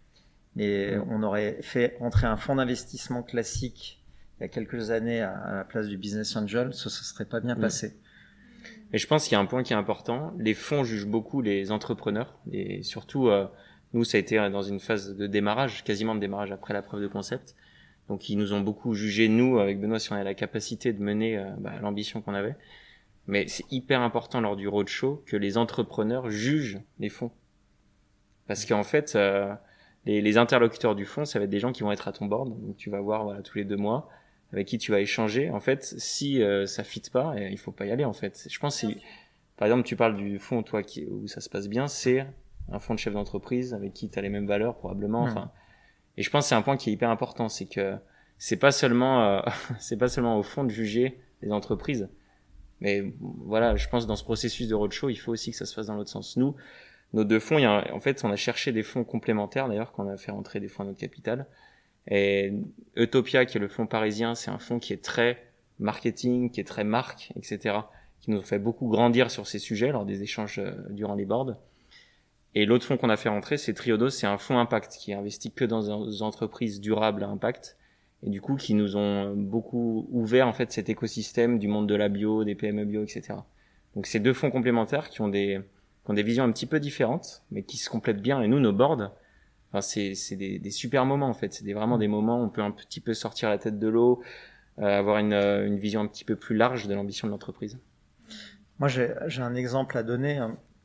mais on aurait fait entrer un fonds d'investissement classique il y a quelques années à, à la place du business angel, ça ne serait pas bien passé. Et je pense qu'il y a un point qui est important. Les fonds jugent beaucoup les entrepreneurs, et surtout, euh, nous, ça a été dans une phase de démarrage, quasiment de démarrage après la preuve de concept. Donc ils nous ont beaucoup jugé, nous, avec Benoît, si on avait la capacité de mener euh, bah, l'ambition qu'on avait. Mais c'est hyper important lors du roadshow que les entrepreneurs jugent les fonds. Parce qu'en fait, euh, les, les interlocuteurs du fonds, ça va être des gens qui vont être à ton board. Donc tu vas voir voilà, tous les deux mois, avec qui tu vas échanger. En fait, si euh, ça fit pas, il faut pas y aller en fait. Je pense que c'est... Par exemple, tu parles du fonds, toi, qui, où ça se passe bien, c'est un fonds de chef d'entreprise avec qui tu as les mêmes valeurs probablement. Mmh. Enfin, et je pense que c'est un point qui est hyper important, c'est que c'est pas seulement euh, c'est pas seulement au fond de juger les entreprises, mais voilà, je pense que dans ce processus de roadshow, il faut aussi que ça se fasse dans l'autre sens. Nous, nos deux fonds, il y a, en fait, on a cherché des fonds complémentaires d'ailleurs quand on a fait rentrer des fonds à notre capital. Et Utopia, qui est le fonds parisien, c'est un fonds qui est très marketing, qui est très marque, et cetera, qui nous fait beaucoup grandir sur ces sujets lors des échanges euh, durant les boards. Et l'autre fonds qu'on a fait rentrer, c'est Triodos, c'est un fonds impact qui investit que dans des entreprises durables à impact. Et du coup, qui nous ont beaucoup ouvert, en fait, cet écosystème du monde de la bio, des P M E bio, et cetera. Donc, c'est deux fonds complémentaires qui ont des, qui ont des visions un petit peu différentes, mais qui se complètent bien. Et nous, nos boards, enfin, c'est, c'est des, des super moments, en fait. C'est des, vraiment des moments où on peut un petit peu sortir la tête de l'eau, euh, avoir une, une vision un petit peu plus large de l'ambition de l'entreprise. Moi, j'ai, j'ai un exemple à donner.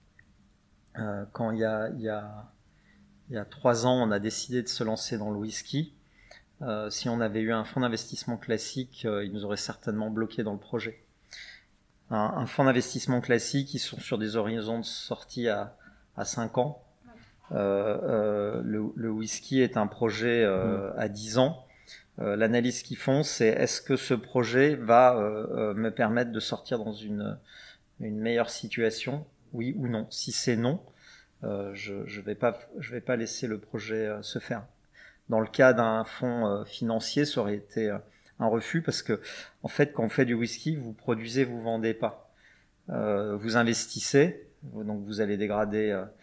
Euh, quand il y a, il y a, il y a trois ans, on a décidé de se lancer dans le whisky. Euh, si on avait eu un fonds d'investissement classique, euh, il nous aurait certainement bloqué dans le projet. Un, un fonds d'investissement classique, ils sont sur des horizons de sortie à, à cinq ans. Euh, euh, le, le whisky est un projet euh, à dix ans. Euh, l'analyse qu'ils font, c'est est-ce que ce projet va euh, euh, me permettre de sortir dans une, une meilleure situation, oui ou non. Si c'est non, euh, je je vais pas je vais pas laisser le projet euh, se faire. Dans le cas d'un fonds euh, financier, ça aurait été euh, un refus parce que en fait, quand on fait du whisky, vous produisez, vous vendez pas. Euh, vous investissez, donc vous allez dégrader euh,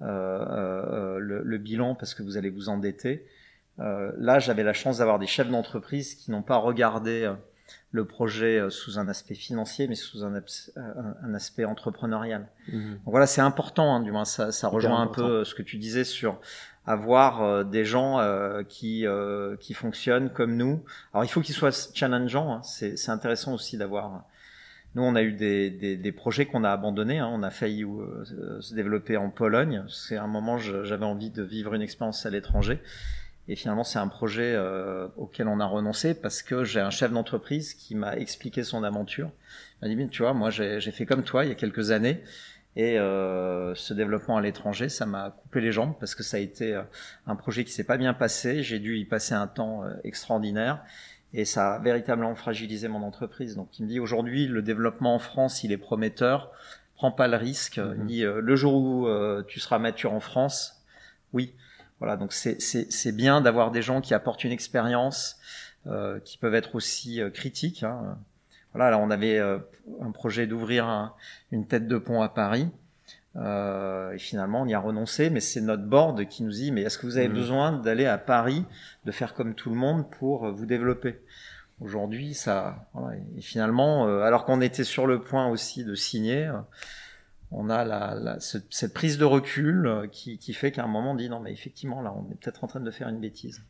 euh, le, le bilan parce que vous allez vous endetter. Euh, là, j'avais la chance d'avoir des chefs d'entreprise qui n'ont pas regardé euh, le projet sous un aspect financier, mais sous un, un, un aspect entrepreneurial. Mmh. Donc voilà, c'est important, hein, du moins ça, ça rejoint un peu ce que tu disais sur avoir euh, des gens euh, qui euh, qui fonctionnent comme nous. Alors il faut qu'ils soient challengeants. Hein. C'est, c'est intéressant aussi d'avoir. Nous, on a eu des des, des projets qu'on a abandonnés. Hein. On a failli euh, se développer en Pologne. C'est un moment, je, j'avais envie de vivre une expérience à l'étranger. Et finalement, c'est un projet euh, auquel on a renoncé parce que j'ai un chef d'entreprise qui m'a expliqué son aventure. Il m'a dit, tu vois, moi, j'ai, j'ai fait comme toi il y a quelques années. Et euh, ce développement à l'étranger, ça m'a coupé les jambes parce que ça a été euh, un projet qui s'est pas bien passé. J'ai dû y passer un temps euh, extraordinaire et ça a véritablement fragilisé mon entreprise. Donc, il me dit, aujourd'hui, le développement en France, il est prometteur. Prends pas le risque. Mm-hmm. Il me dit, euh, le jour où euh, tu seras mature en France, oui. Voilà, donc c'est, c'est, c'est bien d'avoir des gens qui apportent une expérience, euh, qui peuvent être aussi euh, critiques. Hein. Voilà, là on avait euh, un projet d'ouvrir un, une tête de pont à Paris, euh, et finalement on y a renoncé, mais c'est notre board qui nous dit, mais est-ce que vous avez mmh. besoin d'aller à Paris, de faire comme tout le monde pour vous développer ? Aujourd'hui, ça, voilà, et finalement, euh, alors qu'on était sur le point aussi de signer, euh, on a la, la, ce, cette prise de recul qui, qui fait qu'à un moment on dit non mais effectivement là on est peut-être en train de faire une bêtise.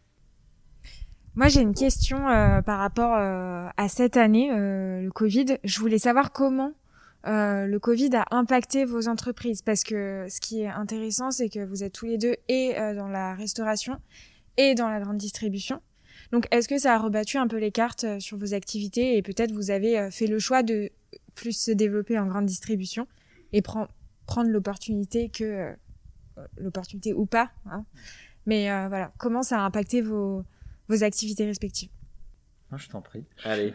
Moi j'ai une question euh, par rapport euh, à cette année, euh, le Covid. Je voulais savoir comment euh, le Covid a impacté vos entreprises parce que ce qui est intéressant c'est que vous êtes tous les deux et euh, dans la restauration et dans la grande distribution. Donc, est-ce que ça a rebattu un peu les cartes euh, sur vos activités et peut-être vous avez euh, fait le choix de plus se développer en grande distribution et pre- prendre l'opportunité que euh, l'opportunité ou pas, hein. Mais euh, voilà, comment ça a impacté vos, vos activités respectives? Non, je t'en prie. Allez.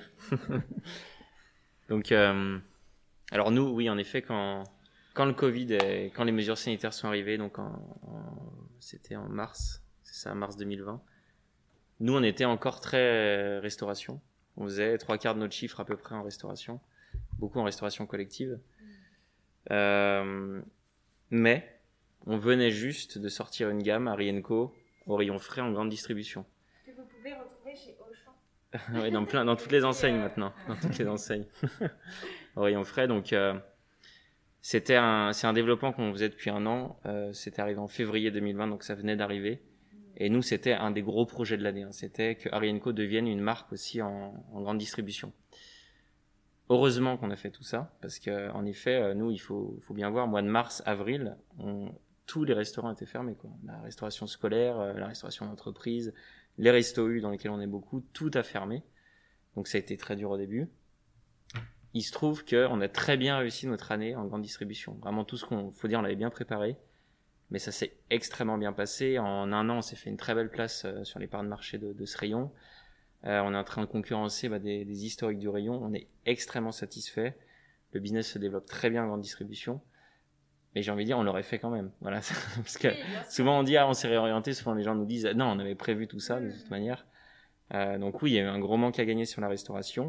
Donc, euh, alors nous, oui, en effet, quand, quand le Covid, et, quand les mesures sanitaires sont arrivées, donc en, en, c'était en mars, c'est ça, mars deux mille vingt, nous, on était encore très restauration. On faisait trois quarts de notre chiffre à peu près en restauration, beaucoup en restauration collective. Euh, mais on venait juste de sortir une gamme Harry and Co au rayon frais en grande distribution. Que vous pouvez retrouver chez Auchan. Oui, dans plein, dans toutes les enseignes maintenant, dans toutes les enseignes au rayon frais. Donc euh, c'était un, c'est un développement qu'on faisait depuis un an. Euh, c'était arrivé en février deux mille vingt, donc ça venait d'arriver. Et nous, c'était un des gros projets de l'année. Hein. C'était que Harry and Co devienne une marque aussi en, en grande distribution. Heureusement qu'on a fait tout ça, parce que en effet, nous, il faut, faut bien voir, mois de mars, avril, on, tous les restaurants étaient fermés, quoi. La restauration scolaire, la restauration d'entreprise, les restos U dans lesquels on est beaucoup, tout a fermé. Donc ça a été très dur au début. Il se trouve qu'on a très bien réussi notre année en grande distribution. Vraiment tout ce qu'on, faut dire, on l'avait bien préparé. Mais ça s'est extrêmement bien passé. En un an, on s'est fait une très belle place sur les parts de marché de, de ce rayon. Euh, on est en train de concurrencer bah, des, des historiques du rayon. On est extrêmement satisfait. Le business se développe très bien en grande distribution. Mais j'ai envie de dire, on l'aurait fait quand même. Voilà. Parce que oui, souvent on dit, ah, on s'est réorienté. Souvent les gens nous disent, non, on avait prévu tout ça de toute manière. Euh, donc oui, il y a eu un gros manque à gagner sur la restauration.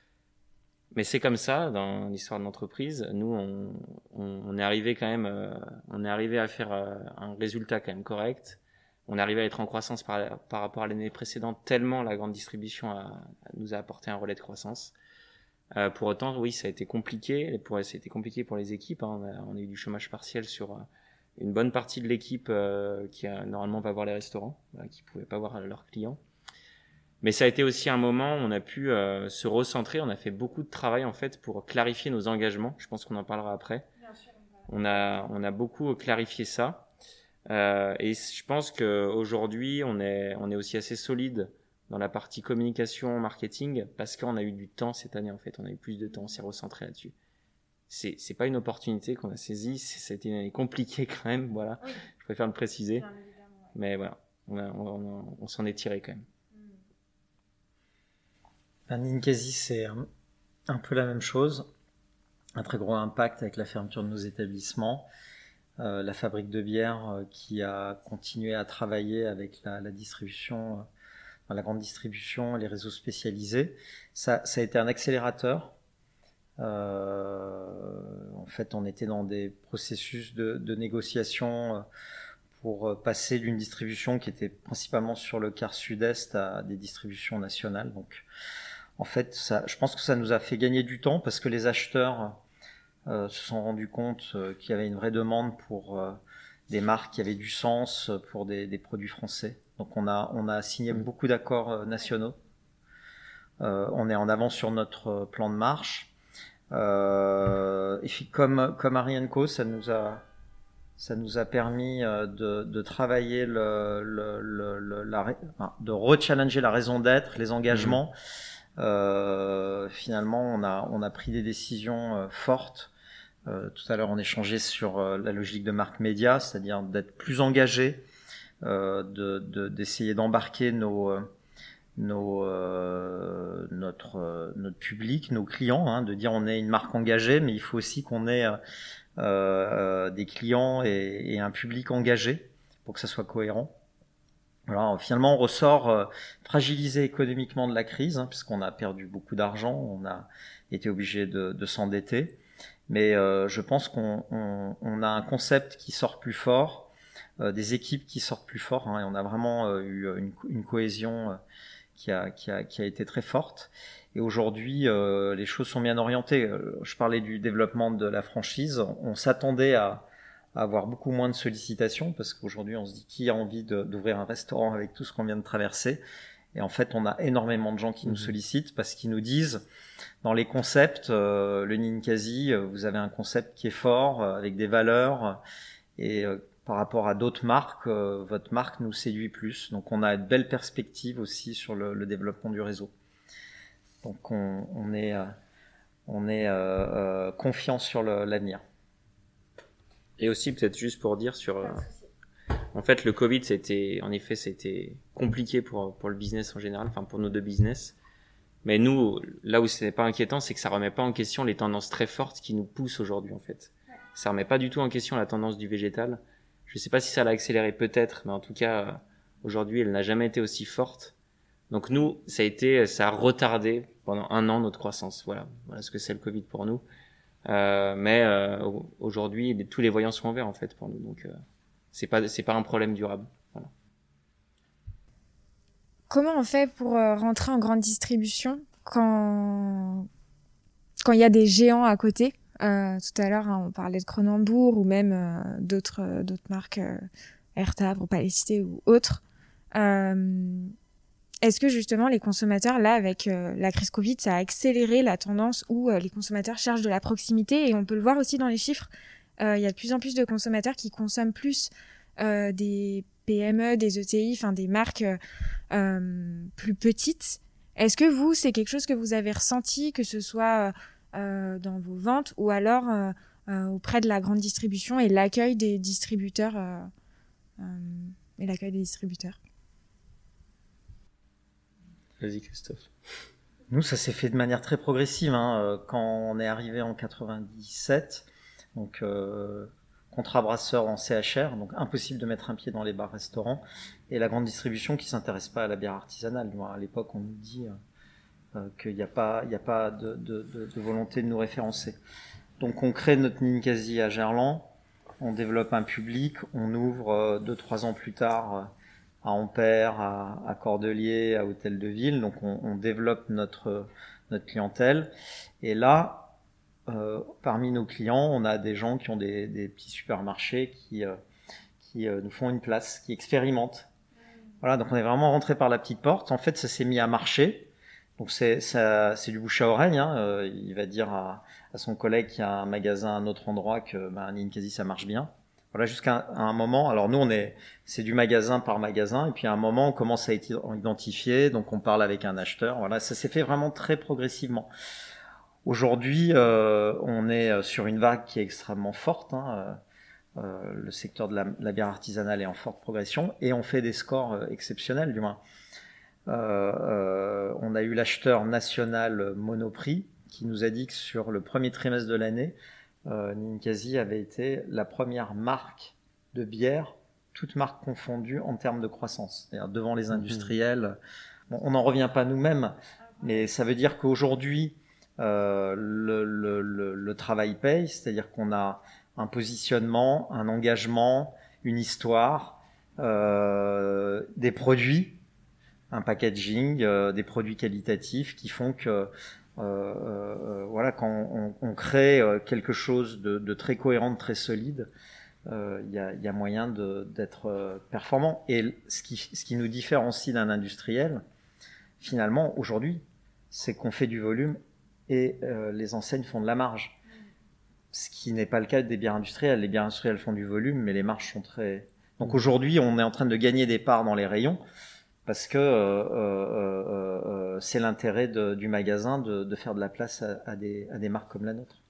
Mais c'est comme ça dans l'histoire de l'entreprise. Nous, on, on, on est arrivé quand même, euh, on est arrivé à faire euh, un résultat quand même correct. On est arrivé à être en croissance par, par rapport à l'année précédente, tellement la grande distribution a, nous a apporté un relais de croissance. Euh, pour autant, oui, ça a été compliqué. Pour, ça a été compliqué pour les équipes. Hein. On, a, on a eu du chômage partiel sur euh, une bonne partie de l'équipe euh, qui a, normalement va voir les restaurants, euh, qui pouvaient pas voir leurs clients. Mais ça a été aussi un moment où on a pu euh, se recentrer. On a fait beaucoup de travail en fait pour clarifier nos engagements. Je pense qu'on en parlera après. Bien sûr, on a on a beaucoup clarifié ça. Euh, et je pense qu'aujourd'hui, on est, on est aussi assez solide dans la partie communication, marketing, parce qu'on a eu du temps cette année, en fait. On a eu plus de temps, on s'est recentré là-dessus. C'est, c'est pas une opportunité qu'on a saisie, c'était une année compliquée quand même, voilà. Oui. Je préfère le préciser. Bien évidemment, ouais. Mais voilà, on, a, on, a, on s'en est tiré quand même. À Ninkasi, c'est un, un peu la même chose. Un très gros impact avec la fermeture de nos établissements. Euh, la fabrique de bière euh, qui a continué à travailler avec la, la distribution, euh, la grande distribution, les réseaux spécialisés. Ça, ça a été un accélérateur. Euh, en fait, on était dans des processus de, de négociation euh, pour passer d'une distribution qui était principalement sur le quart sud-est à des distributions nationales. Donc, en fait, ça, je pense que ça nous a fait gagner du temps parce que les acheteurs Euh, se sont rendus compte euh, qu'il y avait une vraie demande pour euh, des marques qui avaient du sens, pour des, des produits français. Donc on a, on a signé mmh. beaucoup d'accords euh, nationaux. Euh, on est en avance sur notre plan de marche. Euh, et puis comme, comme Harry and Co, ça nous a, ça nous a permis euh, de, de travailler, le, le, le, le, la, enfin, de rechallenger la raison d'être, les engagements. Mmh. Euh, finalement, on a, on a pris des décisions euh, fortes. Euh, tout à l'heure, on échangeait sur euh, la logique de marque média, c'est-à-dire d'être plus engagé, euh, de, de, d'essayer d'embarquer nos, nos, euh, notre, euh, notre public, nos clients, hein, de dire on est une marque engagée, mais il faut aussi qu'on ait euh, euh, des clients et, et un public engagé pour que ça soit cohérent. Alors, finalement, on ressort euh, fragilisé économiquement de la crise, hein, puisqu'on a perdu beaucoup d'argent, on a été obligé de, de s'endetter. Mais euh, je pense qu'on on, on a un concept qui sort plus fort, euh, des équipes qui sortent plus fort, hein, et on a vraiment euh, eu une, une cohésion euh, qui, a, qui, a, qui a été très forte. Et aujourd'hui, euh, les choses sont bien orientées. Je parlais du développement de la franchise. On s'attendait à, à avoir beaucoup moins de sollicitations parce qu'aujourd'hui, on se dit qui a envie de, d'ouvrir un restaurant avec tout ce qu'on vient de traverser. Et en fait, on a énormément de gens qui mmh. nous sollicitent parce qu'ils nous disent, dans les concepts, euh, le Ninkasi, euh, vous avez un concept qui est fort, euh, avec des valeurs, et euh, par rapport à d'autres marques, euh, votre marque nous séduit plus. Donc on a de belles perspectives aussi sur le, le développement du réseau. Donc on, on est, euh, on est euh, euh, confiant sur le, l'avenir. Et aussi peut-être juste pour dire sur, euh, en fait le Covid c'était, en effet c'était compliqué pour pour le business en général, enfin pour nos deux business. Mais nous, là où ce n'est pas inquiétant, c'est que ça remet pas en question les tendances très fortes qui nous poussent aujourd'hui, en fait. Ça remet pas du tout en question la tendance du végétal. Je sais pas si ça l'a accéléré peut-être, mais en tout cas, aujourd'hui, elle n'a jamais été aussi forte. Donc nous, ça a été, ça a retardé pendant un an notre croissance. Voilà, voilà ce que c'est le Covid pour nous. Euh, mais euh, aujourd'hui, tous les voyants sont verts en fait pour nous. Donc euh, c'est pas, c'est pas un problème durable. Voilà. Comment on fait pour euh, rentrer en grande distribution quand quand il y a des géants à côté? Euh, tout à l'heure, hein, on parlait de Cronenbourg ou même euh, d'autres euh, d'autres marques, euh, Erta, pour pas les citer, ou autres. Euh, est-ce que justement les consommateurs, là, avec euh, la crise Covid, ça a accéléré la tendance où euh, les consommateurs cherchent de la proximité, et on peut le voir aussi dans les chiffres. Euh, il y a de plus en plus de consommateurs qui consomment plus euh, des P M E, des E T I, enfin des marques euh, euh, plus petites. Est-ce que vous, c'est quelque chose que vous avez ressenti, que ce soit euh, dans vos ventes ou alors euh, euh, auprès de la grande distribution et l'accueil des distributeurs euh, euh, et l'accueil des distributeurs? Vas-y Christophe. Nous, ça s'est fait de manière très progressive. Hein. Quand on est arrivé en quatre-vingt-dix-sept, donc euh, contrat brasseur en C H R, donc impossible de mettre un pied dans les bars-restaurants, et la grande distribution qui s'intéresse pas à la bière artisanale. À l'époque, on nous dit euh, qu'il n'y a pas, il n'y a pas de, de, de, de volonté de nous référencer. Donc on crée notre Ninkasi à Gerland, on développe un public, on ouvre euh, deux, trois ans plus tard euh, à Ampère, à, à Cordeliers, à Hôtel de Ville. Donc on, on développe notre, notre clientèle. Et là, euh, parmi nos clients, on a des gens qui ont des, des petits supermarchés qui, euh, qui euh, nous font une place, qui expérimentent. Voilà, donc on est vraiment rentré par la petite porte. En fait, ça s'est mis à marcher. Donc c'est, ça, c'est du bouche à oreille. Hein. Euh, il va dire à, à son collègue qui a un magasin à un autre endroit que ben, Ninkasi, ça marche bien. Voilà, jusqu'à un, un moment. Alors nous, on est, c'est du magasin par magasin, et puis à un moment, on commence à être identifié, donc on parle avec un acheteur. Voilà, ça s'est fait vraiment très progressivement. Aujourd'hui, euh, on est sur une vague qui est extrêmement forte. Hein. Euh, le secteur de la, la bière artisanale est en forte progression, et on fait des scores euh, exceptionnels, du moins. Euh, euh, on a eu l'acheteur national Monoprix qui nous a dit que sur le premier trimestre de l'année, Euh, Ninkasi avait été la première marque de bière, toutes marques confondues, en termes de croissance. C'est-à-dire devant les industriels. Mmh. Bon, on n'en revient pas nous-mêmes, mais ça veut dire qu'aujourd'hui, euh, le, le, le, le travail paye, c'est-à-dire qu'on a un positionnement, un engagement, une histoire, euh, des produits, un packaging, euh, des produits qualitatifs qui font que Euh, euh, voilà, quand on, on crée quelque chose de, de très cohérent, de très solide, il euh, y, a, y a moyen de, d'être performant. Et ce qui, ce qui nous différencie d'un industriel, finalement, aujourd'hui, c'est qu'on fait du volume et euh, les enseignes font de la marge. Ce qui n'est pas le cas des bières industrielles. Les bières industrielles font du volume, mais les marges sont très... Donc aujourd'hui, on est en train de gagner des parts dans les rayons, parce que euh, euh, euh, c'est l'intérêt de, du magasin de, de faire de la place à, à, des, à des marques comme la nôtre.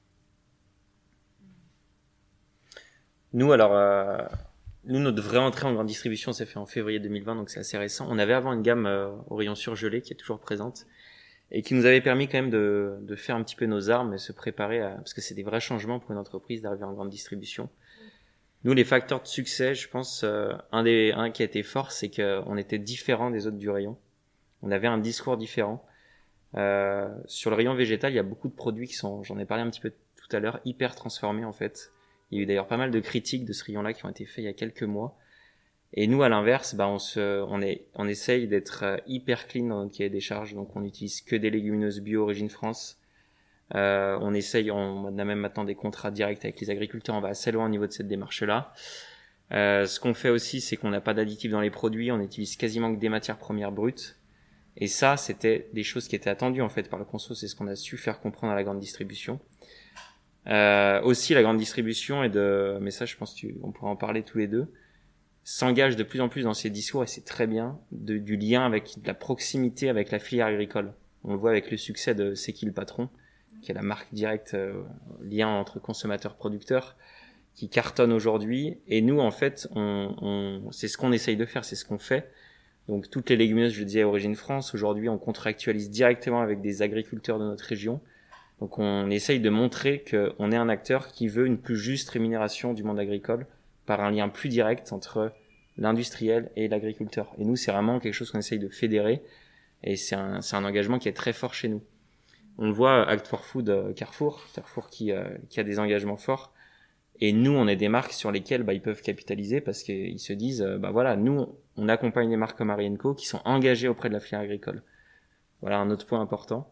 Nous, alors, euh, nous, notre vraie entrée en grande distribution s'est fait en février deux mille vingt, donc c'est assez récent. On avait avant une gamme euh, au rayon surgelé qui est toujours présente et qui nous avait permis quand même de, de faire un petit peu nos armes et se préparer à, parce que c'est des vrais changements pour une entreprise d'arriver en grande distribution. Nous, les facteurs de succès, je pense, euh, un des un qui a été fort, c'est qu'on était différent des autres du rayon. On avait un discours différent. Euh, sur le rayon végétal, il y a beaucoup de produits qui sont, j'en ai parlé un petit peu tout à l'heure, hyper transformés en fait. Il y a eu d'ailleurs pas mal de critiques de ce rayon-là qui ont été faites il y a quelques mois. Et nous, à l'inverse, bah on se, on est, on essaye d'être hyper clean dans notre cahier des charges. Donc, on n'utilise que des légumineuses bio origine France. Euh, on essaye, on a même maintenant des contrats directs avec les agriculteurs, on va assez loin au niveau de cette démarche-là. Euh, ce qu'on fait aussi, c'est qu'on n'a pas d'additifs dans les produits, on utilise quasiment que des matières premières brutes. Et ça, c'était des choses qui étaient attendues en fait par le conso, c'est ce qu'on a su faire comprendre à la grande distribution. Euh, aussi la grande distribution et de, mais ça je pense que tu, on pourra en parler tous les deux, s'engage de plus en plus dans ces discours et c'est très bien, de, du lien avec de la proximité avec la filière agricole. On le voit avec le succès de C'est qui le patron, qui est la marque directe, euh, lien entre consommateurs-producteurs, qui cartonne aujourd'hui. Et nous, en fait, on, on, c'est ce qu'on essaye de faire, c'est ce qu'on fait. Donc toutes les légumineuses, je le disais, Origine France, aujourd'hui on contractualise directement avec des agriculteurs de notre région. Donc on essaye de montrer qu'on est un acteur qui veut une plus juste rémunération du monde agricole par un lien plus direct entre l'industriel et l'agriculteur. Et nous, c'est vraiment quelque chose qu'on essaye de fédérer et c'est un, c'est un engagement qui est très fort chez nous. On le voit, Act for Food, Carrefour, Carrefour qui, euh, qui a des engagements forts. Et nous, on est des marques sur lesquelles bah, ils peuvent capitaliser parce qu'ils se disent, euh, bah voilà, nous, on accompagne des marques comme Harry and Co qui sont engagées auprès de la filière agricole. Voilà un autre point important.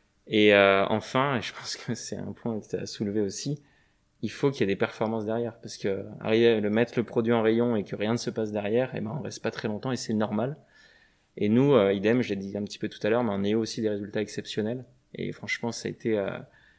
Et euh, enfin, et je pense que c'est un point que tu as soulevé aussi, il faut qu'il y ait des performances derrière. Parce que arriver, le mettre le produit en rayon et que rien ne se passe derrière, eh ben, on reste pas très longtemps et c'est normal. Et nous, euh, idem, je l'ai dit un petit peu tout à l'heure, mais on a eu aussi des résultats exceptionnels. Et franchement, ça a été euh,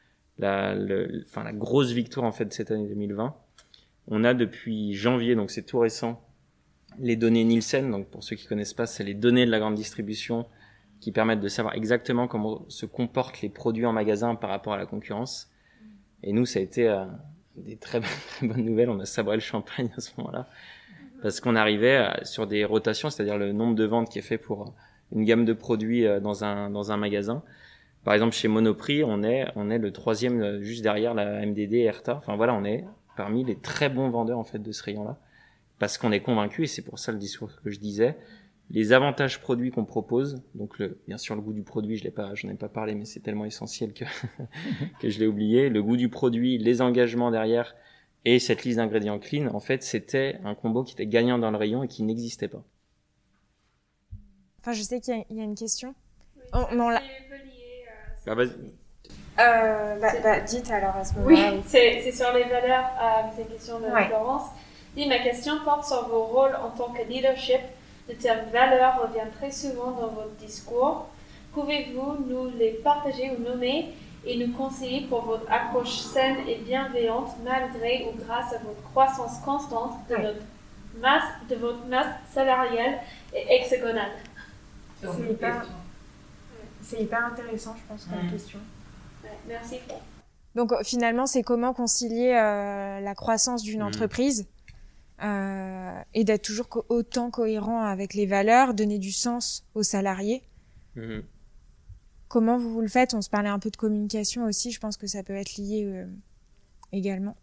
la, le, enfin, la grosse victoire en fait de cette année deux mille vingt. On a depuis janvier, donc c'est tout récent, les données Nielsen. Donc pour ceux qui connaissent pas, c'est les données de la grande distribution qui permettent de savoir exactement comment se comportent les produits en magasin par rapport à la concurrence. Et nous, ça a été euh, des très, très bonnes nouvelles. On a sabré le champagne à ce moment-là. Parce qu'on arrivait à, sur des rotations, c'est-à-dire le nombre de ventes qui est fait pour une gamme de produits euh, dans un, dans un magasin. Par exemple, chez Monoprix, on est, on est le troisième euh, juste derrière la M D D et Erta. Enfin voilà, on est parmi les très bons vendeurs en fait de ce rayon-là. Parce qu'on est convaincu, et c'est pour ça le discours que je disais, les avantages produits qu'on propose, donc le, bien sûr le goût du produit, je l'ai pas, j'en ai pas parlé, mais c'est tellement essentiel que que je l'ai oublié. Le goût du produit, les engagements derrière et cette liste d'ingrédients clean, en fait, c'était un combo qui était gagnant dans le rayon et qui n'existait pas. Enfin, je sais qu'il y a, il y a une question. Oui, Oh, non, là. c'est un peu lié. Euh, Ah, vas-y. Euh, bah, bah, dites alors à ce moment-là. Oui, c'est, c'est sur les valeurs, euh, c'est une question de Ouais. Florence. Dis, ma question porte sur vos rôles en tant que leadership. Le terme valeur revient très souvent dans votre discours. Pouvez-vous nous les partager ou nommer et nous conseiller pour votre approche saine et bienveillante malgré ou grâce à votre croissance constante de, Ouais. notre masse, de votre masse salariale et hexagonale? C'est hyper, c'est hyper intéressant, je pense, comme Mmh. question. Ouais, merci. Donc finalement, c'est comment concilier euh, la croissance d'une Mmh. entreprise euh, et d'être toujours co- autant cohérent avec les valeurs, donner du sens aux salariés. Mmh. Comment vous, vous le faites? On se parlait un peu de communication aussi, je pense que ça peut être lié euh, également.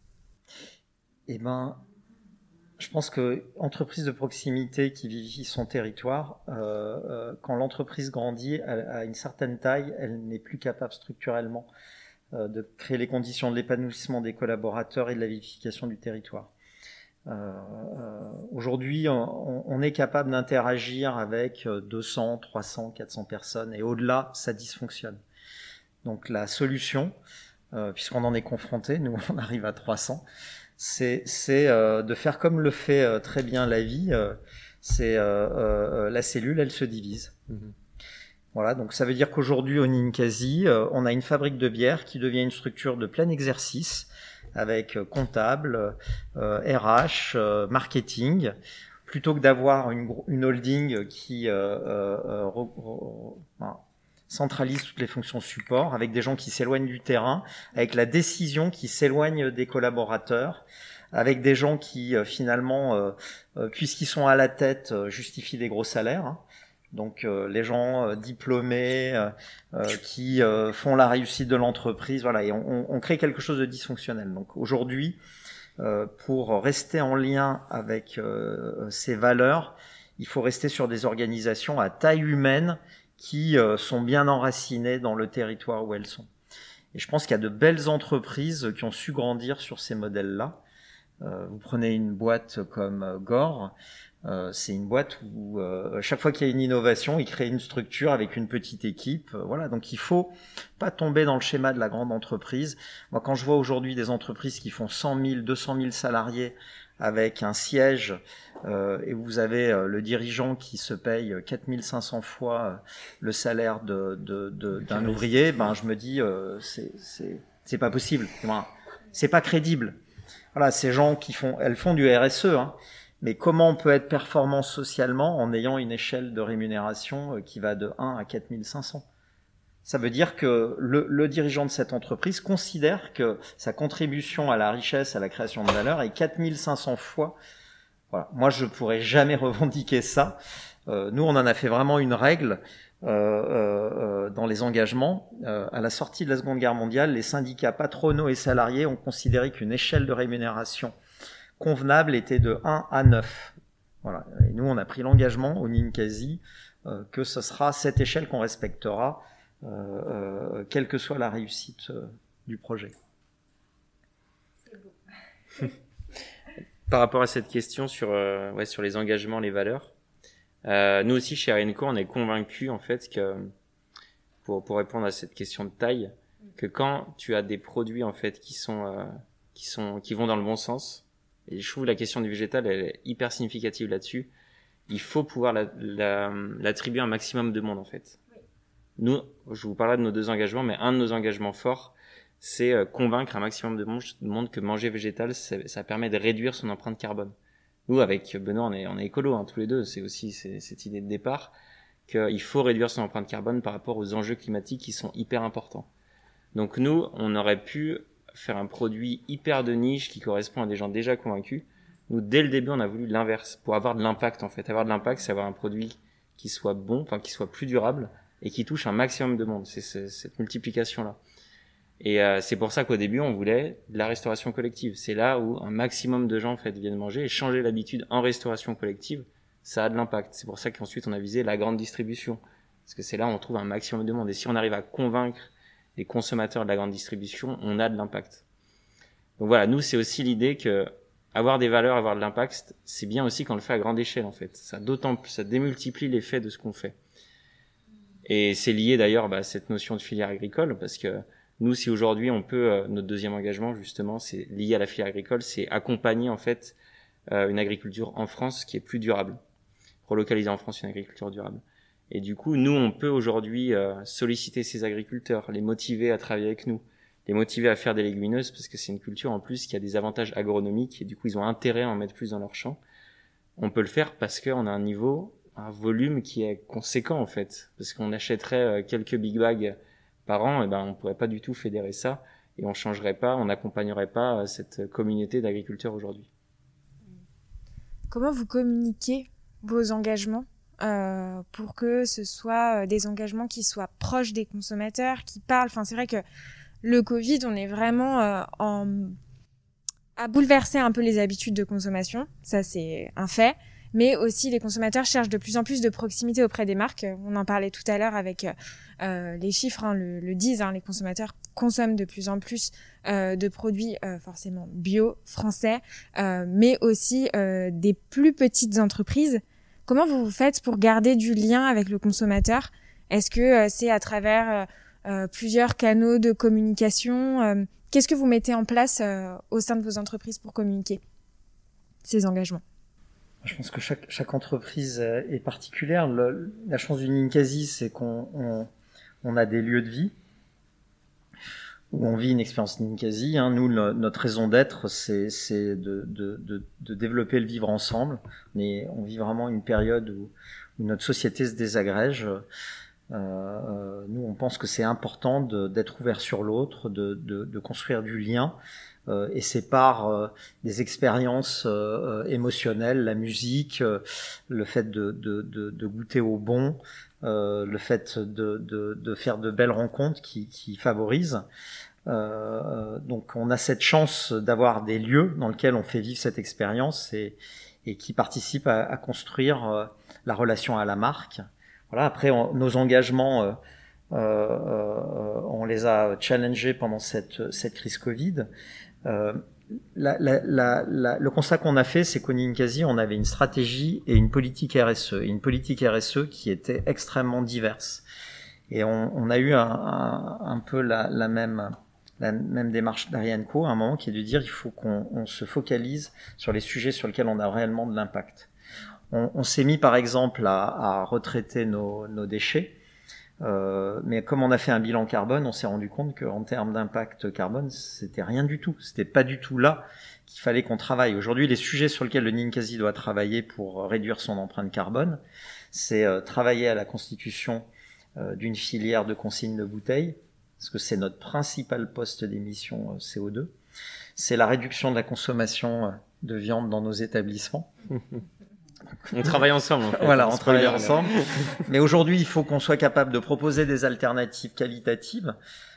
Eh ben, je pense que entreprise de proximité qui vivifie son territoire, euh, euh, quand l'entreprise grandit à, à une certaine taille, elle n'est plus capable structurellement euh, de créer les conditions de l'épanouissement des collaborateurs et de la vivification du territoire. Euh, euh, aujourd'hui, on, on est capable d'interagir avec deux cents, trois cents, quatre cents personnes et au-delà, ça dysfonctionne. Donc la solution, euh, puisqu'on en est confronté, nous on arrive à trois cents, c'est, c'est euh, de faire comme le fait euh, très bien la vie, euh, c'est euh, euh, la cellule, elle se divise. Mmh. Voilà, donc ça veut dire qu'aujourd'hui au Ninkasi, euh, on a une fabrique de bière qui devient une structure de plein exercice, avec comptable, euh, R H, euh, marketing, plutôt que d'avoir une, une holding qui euh, euh, re, re, enfin, centralise toutes les fonctions support, avec des gens qui s'éloignent du terrain, avec la décision qui s'éloigne des collaborateurs, avec des gens qui euh, finalement, euh, euh, puisqu'ils sont à la tête, euh, justifient des gros salaires, hein. Donc euh, les gens euh, diplômés euh, euh, qui euh, font la réussite de l'entreprise, voilà, et on, on crée quelque chose de dysfonctionnel. Donc aujourd'hui, euh, pour rester en lien avec euh, ces valeurs, il faut rester sur des organisations à taille humaine qui euh, sont bien enracinées dans le territoire où elles sont. Et je pense qu'il y a de belles entreprises qui ont su grandir sur ces modèles-là. Euh, vous prenez une boîte comme euh, Gore. Euh, c'est une boîte où euh, chaque fois qu'il y a une innovation, ils créent une structure avec une petite équipe. Euh, voilà, donc il faut pas tomber dans le schéma de la grande entreprise. Moi, quand je vois aujourd'hui des entreprises qui font cent mille, deux cent mille salariés avec un siège euh, et vous avez euh, le dirigeant qui se paye quatre mille cinq cents fois le salaire de, de, de, d'un ouvrier, ben je me dis euh, c'est, c'est C'est pas possible. C'est pas crédible. Voilà, ces gens qui font, elles font du R S E, hein. Mais comment on peut être performant socialement en ayant une échelle de rémunération qui va de un à quatre mille cinq cents? Ça veut dire que le, le dirigeant de cette entreprise considère que sa contribution à la richesse, à la création de valeur est quatre mille cinq cents fois. Voilà. Moi, je pourrais jamais revendiquer ça. Euh, nous, on en a fait vraiment une règle euh, euh, dans les engagements. Euh, à la sortie de la Seconde Guerre mondiale, les syndicats patronaux et salariés ont considéré qu'une échelle de rémunération convenable était de un à neuf. Voilà. Et nous, on a pris l'engagement au Ninkasi euh, que ce sera cette échelle qu'on respectera, euh, euh, quelle que soit la réussite euh, du projet. C'est beau. Par rapport à cette question sur, euh, ouais, sur les engagements, les valeurs, euh, nous aussi chez Arienco, on est convaincus en fait que, pour, pour répondre à cette question de taille, que quand tu as des produits en fait qui sont, euh, qui sont, qui vont dans le bon sens, et je trouve la question du végétal elle est hyper significative là-dessus. Il faut pouvoir la, la, l'attribuer à un maximum de monde en fait. Oui. Nous, je vous parlerai de nos deux engagements, mais un de nos engagements forts, c'est euh, convaincre un maximum de monde, de monde que manger végétal, ça permet de réduire son empreinte carbone. Nous, avec Benoît, on est, on est écolo hein, tous les deux. C'est aussi c'est, cette idée de départ qu'il faut réduire son empreinte carbone par rapport aux enjeux climatiques qui sont hyper importants. Donc nous, on aurait pu faire un produit hyper de niche qui correspond à des gens déjà convaincus. Nous, dès le début, on a voulu l'inverse pour avoir de l'impact, en fait. Avoir de l'impact, c'est avoir un produit qui soit bon, enfin, qui soit plus durable et qui touche un maximum de monde. C'est, c'est cette multiplication-là. Et euh, c'est pour ça qu'au début, on voulait de la restauration collective. C'est là où un maximum de gens, en fait, viennent manger et changer l'habitude en restauration collective, ça a de l'impact. C'est pour ça qu'ensuite, on a visé la grande distribution. Parce que c'est là où on trouve un maximum de monde. Et si on arrive à convaincre les consommateurs de la grande distribution, on a de l'impact. Donc voilà, nous, c'est aussi l'idée que avoir des valeurs, avoir de l'impact, c'est bien aussi quand on le fait à grande échelle, en fait. Ça d'autant plus, ça démultiplie l'effet de ce qu'on fait. Et c'est lié d'ailleurs bah, à cette notion de filière agricole, parce que nous, si aujourd'hui on peut, euh, notre deuxième engagement, justement, c'est lié à la filière agricole, c'est accompagner, en fait, euh, une agriculture en France qui est plus durable. Relocaliser en France une agriculture durable. Et du coup, nous, on peut aujourd'hui euh, solliciter ces agriculteurs, les motiver à travailler avec nous, les motiver à faire des légumineuses, parce que c'est une culture en plus qui a des avantages agronomiques et du coup, ils ont intérêt à en mettre plus dans leur champ. On peut le faire parce qu'on a un niveau, un volume qui est conséquent en fait, parce qu'on achèterait euh, quelques big bags par an, et ben on pourrait pas du tout fédérer ça et on changerait pas, on n'accompagnerait pas euh, cette communauté d'agriculteurs aujourd'hui. Comment vous communiquez vos engagements euh, pour que ce soit des engagements qui soient proches des consommateurs, qui parlent. Enfin, c'est vrai que le Covid, on est vraiment euh, en... à bouleverser un peu les habitudes de consommation. Ça, c'est un fait. Mais aussi, les consommateurs cherchent de plus en plus de proximité auprès des marques. On en parlait tout à l'heure avec euh, les chiffres, hein, le, le disent. Hein, les consommateurs consomment de plus en plus euh, de produits euh, forcément bio, français, euh, mais aussi euh, des plus petites entreprises. Comment vous vous faites pour garder du lien avec le consommateur ? Est-ce que euh, c'est à travers euh, euh, plusieurs canaux de communication ? euh, Qu'est-ce que vous mettez en place euh, au sein de vos entreprises pour communiquer ces engagements ? Je pense que chaque, chaque entreprise est particulière. Le, la chance du Ninkasi, c'est qu'on on, on a des lieux de vie où on vit une expérience Ninkasi. Hein. Nous, le, notre raison d'être, c'est, c'est de, de, de, de développer le vivre ensemble. Mais on vit vraiment une période où, où notre société se désagrège. Euh, nous, on pense que c'est important de, d'être ouvert sur l'autre, de, de, de construire du lien. Euh, et c'est par euh, des expériences euh, émotionnelles, la musique, euh, le fait de, de, de, de goûter au bon, euh, le fait de, de, de faire de belles rencontres qui, qui favorisent. Euh, donc on a cette chance d'avoir des lieux dans lesquels on fait vivre cette expérience et, et qui participent à, à construire euh, la relation à la marque. Voilà. Après, on, nos engagements, euh, euh, on les a challengés pendant cette, cette crise Covid. Euh, la, la, la, la, le constat qu'on a fait, c'est qu'au Ninkasi, on avait une stratégie et une politique R S E, et une politique R S E qui était extrêmement diverse. Et on, on a eu un, un, un peu la, la même, la même démarche d'Arienco à un moment, qui est de dire il faut qu'on on se focalise sur les sujets sur lesquels on a réellement de l'impact. On, on s'est mis par exemple à, à retraiter nos, nos déchets. Euh, mais comme on a fait un bilan carbone, on s'est rendu compte qu'en termes d'impact carbone, c'était rien du tout. C'était pas du tout là qu'il fallait qu'on travaille. Aujourd'hui, les sujets sur lesquels le Ninkasi doit travailler pour réduire son empreinte carbone, c'est euh, travailler à la constitution euh, d'une filière de consigne de bouteilles, parce que c'est notre principal poste d'émission euh, C O deux. C'est la réduction de la consommation euh, de viande dans nos établissements. On travaille ensemble. En fait. Voilà, on travaille ensemble. Mais aujourd'hui, il faut qu'on soit capable de proposer des alternatives qualitatives.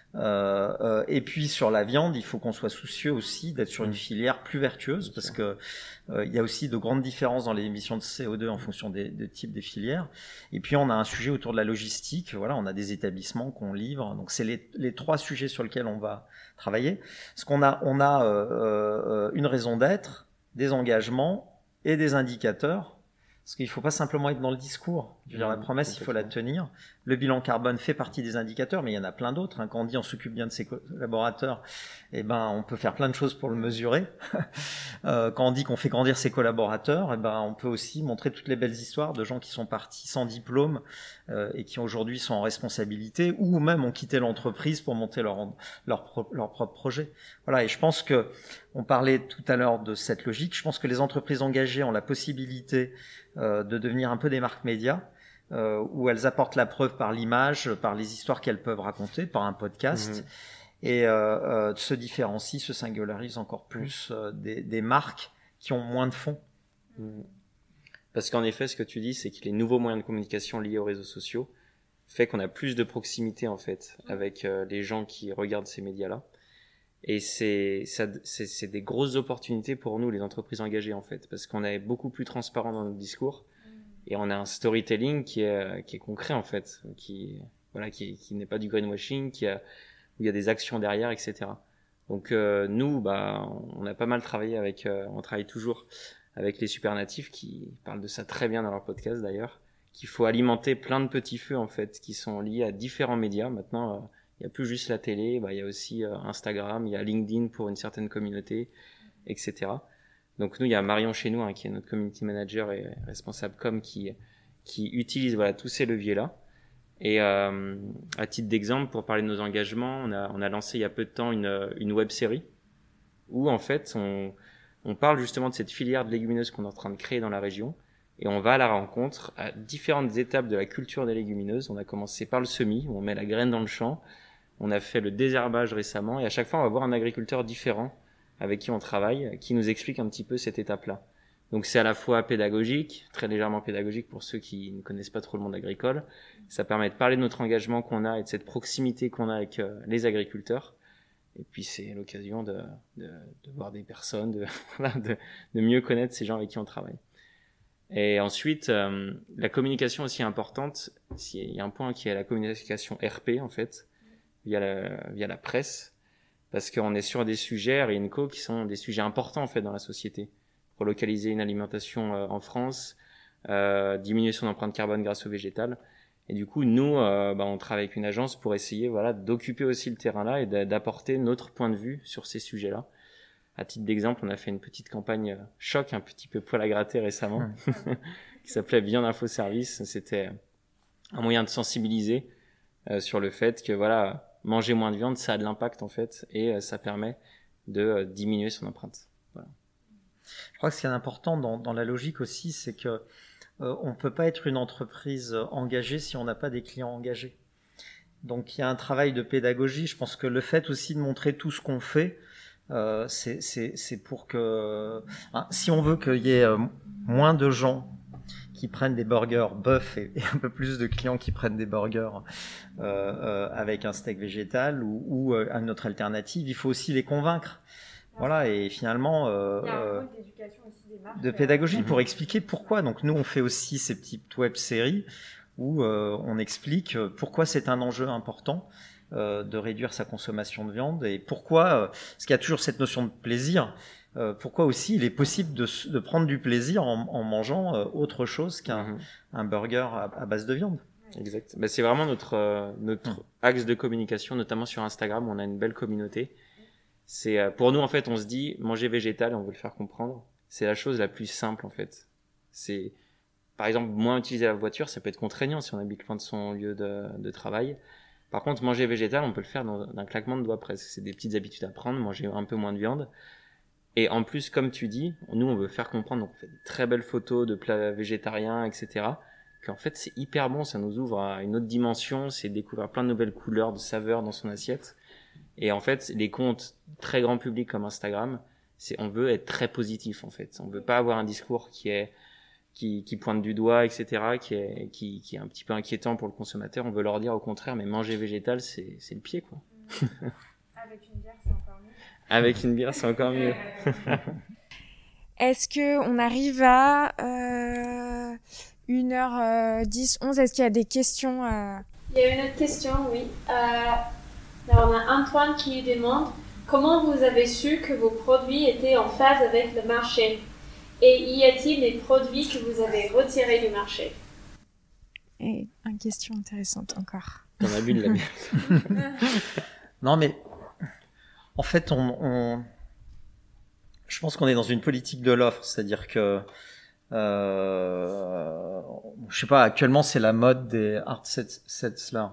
Euh, euh, et puis sur la viande, il faut qu'on soit soucieux aussi d'être sur une filière plus vertueuse, parce que euh, il y a aussi de grandes différences dans les émissions de C O deux en fonction des, des types des filières. Et puis on a un sujet autour de la logistique. Voilà, on a des établissements qu'on livre. Donc c'est les, les trois sujets sur lesquels on va travailler. Parce qu'on a, on a euh, euh, une raison d'être, des engagements et des indicateurs. Parce qu'il ne faut pas simplement être dans le discours. Je veux dire, la promesse, il faut la tenir. Le bilan carbone fait partie des indicateurs, mais il y en a plein d'autres. Quand on dit on s'occupe bien de ses collaborateurs, eh ben, on peut faire plein de choses pour le mesurer. euh, quand on dit qu'on fait grandir ses collaborateurs, eh ben, on peut aussi montrer toutes les belles histoires de gens qui sont partis sans diplôme euh, et qui aujourd'hui sont en responsabilité, ou même ont quitté l'entreprise pour monter leur, leur, leur propre projet. Voilà. Et je pense que, on parlait tout à l'heure de cette logique. Je pense que les entreprises engagées ont la possibilité euh, de devenir un peu des marques médias, euh, où elles apportent la preuve par l'image, par les histoires qu'elles peuvent raconter, par un podcast, mmh. et euh, euh, se différencient, se singularisent encore plus euh, des, des marques qui ont moins de fonds. Mmh. Parce qu'en effet, ce que tu dis, c'est que les nouveaux moyens de communication liés aux réseaux sociaux fait qu'on a plus de proximité en fait avec euh, les gens qui regardent ces médias-là. Et c'est, ça, c'est, c'est des grosses opportunités pour nous, les entreprises engagées, en fait, parce qu'on est beaucoup plus transparent dans notre discours et on a un storytelling qui est, qui est concret, en fait, qui, voilà, qui, qui n'est pas du greenwashing, qui a, où il y a des actions derrière, et cetera. Donc, euh, nous, bah, on a pas mal travaillé avec, euh, on travaille toujours avec les Supernatifs qui parlent de ça très bien dans leur podcast, d'ailleurs, qu'il faut alimenter plein de petits feux, en fait, qui sont liés à différents médias. Maintenant, euh, il n'y a plus juste la télé, bah, il y a aussi euh, Instagram, il y a LinkedIn pour une certaine communauté, et cetera. Donc nous, il y a Marion chez nous, hein, qui est notre community manager et responsable com, qui, qui utilise voilà, tous ces leviers-là. Et euh, à titre d'exemple, pour parler de nos engagements, on a, on a lancé il y a peu de temps une, une web-série où en fait, on, on parle justement de cette filière de légumineuses qu'on est en train de créer dans la région. Et on va à la rencontre à différentes étapes de la culture des légumineuses. On a commencé par le semis, où on met la graine dans le champ. On a fait le désherbage récemment et à chaque fois on va voir un agriculteur différent avec qui on travaille, qui nous explique un petit peu cette étape-là. Donc c'est à la fois pédagogique, très légèrement pédagogique pour ceux qui ne connaissent pas trop le monde agricole. Ça permet de parler de notre engagement qu'on a et de cette proximité qu'on a avec euh, les agriculteurs. Et puis c'est l'occasion de, de, de voir des personnes, de, de, de mieux connaître ces gens avec qui on travaille. Et ensuite, euh, la communication aussi est importante. Il y a un point qui est la communication R P en fait. via la, via la presse, parce qu'on est sur des sujets, Arienco, qui sont des sujets importants en fait dans la société. Relocaliser une alimentation euh, en France, euh, diminuer son empreinte carbone grâce au végétal. Et du coup, nous, euh, bah, on travaille avec une agence pour essayer voilà, d'occuper aussi le terrain là et d'apporter notre point de vue sur ces sujets-là. À titre d'exemple, on a fait une petite campagne euh, choc, un petit peu poil à gratter récemment, qui s'appelait Viande Info Service. C'était un moyen de sensibiliser euh, sur le fait que voilà, manger moins de viande, ça a de l'impact en fait, et euh, ça permet de euh, diminuer son empreinte. Voilà. Je crois que ce qui est important dans, dans la logique aussi, c'est que euh, on peut pas être une entreprise engagée si on n'a pas des clients engagés. Donc il y a un travail de pédagogie. Je pense que le fait aussi de montrer tout ce qu'on fait, euh, c'est, c'est, c'est pour que, hein, si on veut qu'il y ait euh, moins de gens qui prennent des burgers bœuf et, et un peu plus de clients qui prennent des burgers euh, euh, avec un steak végétal ou, ou euh, une autre alternative, il faut aussi les convaincre. Voilà, et finalement, euh, il y a un point d'éducation aussi des marques, de pédagogie pour expliquer pourquoi. Donc nous, on fait aussi ces petites web-séries où euh, on explique pourquoi c'est un enjeu important euh, de réduire sa consommation de viande et pourquoi, euh, parce qu'il y a toujours cette notion de plaisir, euh, pourquoi aussi il est possible de, de prendre du plaisir en, en mangeant euh, autre chose qu'un mmh. un burger à, à base de viande. Exact. Ben, c'est vraiment notre, euh, notre mmh. axe de communication, notamment sur Instagram, où on a une belle communauté. C'est, euh, pour nous, en fait, on se dit, manger végétal, et on veut le faire comprendre, c'est la chose la plus simple, en fait. C'est par exemple, moins utiliser la voiture, ça peut être contraignant si on habite loin de son lieu de, de travail. Par contre, manger végétal, on peut le faire dans, d'un claquement de doigts presque. C'est des petites habitudes à prendre, manger un peu moins de viande. Et en plus, comme tu dis, nous, on veut faire comprendre, donc on fait de très belles photos de plats végétariens, et cetera, qu'en fait, c'est hyper bon, ça nous ouvre à une autre dimension, c'est découvrir plein de nouvelles couleurs, de saveurs dans son assiette. Et en fait, les comptes très grand public comme Instagram, c'est, on veut être très positif, en fait. On veut pas avoir un discours qui est, qui, qui pointe du doigt, et cetera, qui est, qui, qui est un petit peu inquiétant pour le consommateur. On veut leur dire au contraire, mais manger végétal, c'est, c'est le pied, quoi. Avec une bière, c'est encore mieux. Avec une bière, c'est encore mieux. Est-ce que on arrive à euh, une heure dix, onze? Est-ce qu'il y a des questions euh... Il y a une autre question, oui. Euh, alors on a Antoine qui demande comment vous avez su que vos produits étaient en phase avec le marché? Et y a-t-il des produits que vous avez retirés du marché? Et une question intéressante encore. T'en as bu de la bière. Non, mais en fait, on, on... je pense qu'on est dans une politique de l'offre, c'est-à-dire que, euh... je sais pas, actuellement c'est la mode des hard sets là.